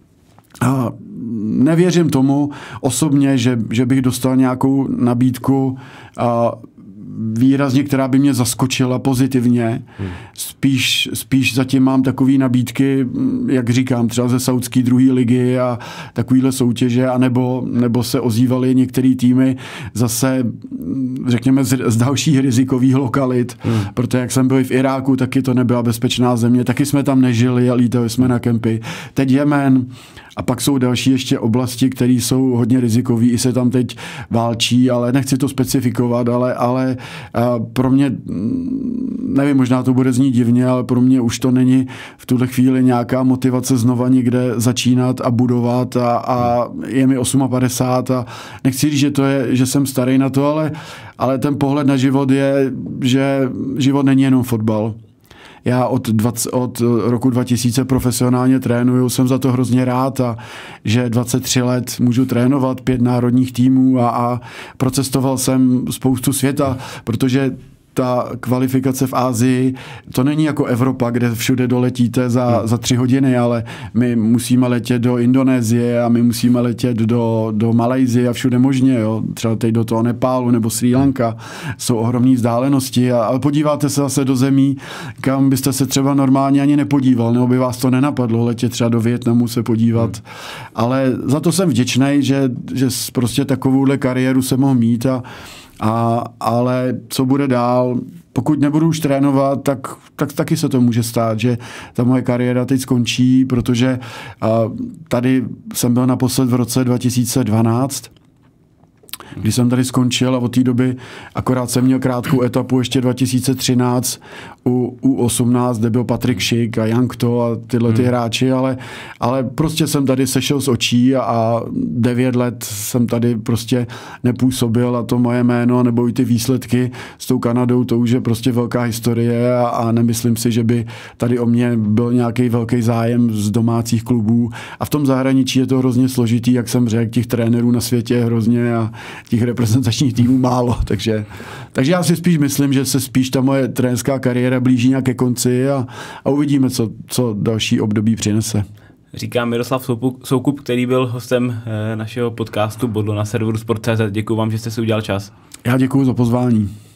A nevěřím tomu osobně, že, že bych dostal nějakou nabídku a výrazně, která by mě zaskočila pozitivně. Hmm. Spíš, spíš zatím mám takové nabídky, jak říkám, třeba ze saudské druhé ligy a takovýhle soutěže, anebo, nebo se ozývaly některé týmy zase, řekněme, z, z dalších rizikových lokalit, hmm. protože jak jsem byl v Iráku, taky to nebyla bezpečná země, taky jsme tam nežili a lítali jsme na kempy. Teď Jemen, a pak jsou další ještě oblasti, které jsou hodně rizikové, i se tam teď válčí, ale nechci to specifikovat, ale, ale pro mě, nevím, možná to bude znít divně, ale pro mě už to není v tuhle chvíli nějaká motivace znova někde začínat a budovat a, a je mi padesát osm a nechci říct, že, to je, že jsem starý na to, ale, ale ten pohled na život je, že život není jenom fotbal. Já od, dvacet, od roku dva tisíce profesionálně trénuju, jsem za to hrozně rád a že dvacet tři let můžu trénovat pět národních týmů a, a procestoval jsem spoustu světa, protože ta kvalifikace v Asii, to není jako Evropa, kde všude doletíte za, za tři hodiny, ale my musíme letět do Indonésie a my musíme letět do, do Malajsie a všude možně, jo. Třeba teď do toho Nepálu nebo Srí Lanka. Jsou ohromné vzdálenosti, a, ale podíváte se zase do zemí, kam byste se třeba normálně ani nepodíval, nebo by vás to nenapadlo letět třeba do Vietnamu se podívat. Hmm. Ale za to jsem vděčný, že, že prostě takovouhle kariéru jsem mohl mít a A, ale co bude dál? Pokud nebudu už trénovat, tak, tak taky se to může stát, že ta moje kariéra teď skončí, protože uh, tady jsem byl naposled v roce dva tisíce dvanáct, když jsem tady skončil a od té doby akorát jsem měl krátkou etapu ještě dva tisíce třináct u U osmnáct, kde byl Patrik Šik a Jankto a tyhle ty hráči, ale, ale prostě jsem tady sešel z očí a, a devět let jsem tady prostě nepůsobil a to moje jméno nebo i ty výsledky s tou Kanadou, to už je prostě velká historie a, a nemyslím si, že by tady o mě byl nějaký velký zájem z domácích klubů a v tom zahraničí je to hrozně složitý, jak jsem řekl, těch trenérů na světě je hrozně a těch reprezentačních týmů málo, takže, takže já si spíš myslím, že se spíš ta moje trenérská kariéra blíží nějaké konci a, a uvidíme, co, co další období přinese. Říká Miroslav Soukup, který byl hostem našeho podcastu Bodlo na serveru sport tečka cé zet. Děkuji vám, že jste si udělal čas. Já děkuji za pozvání.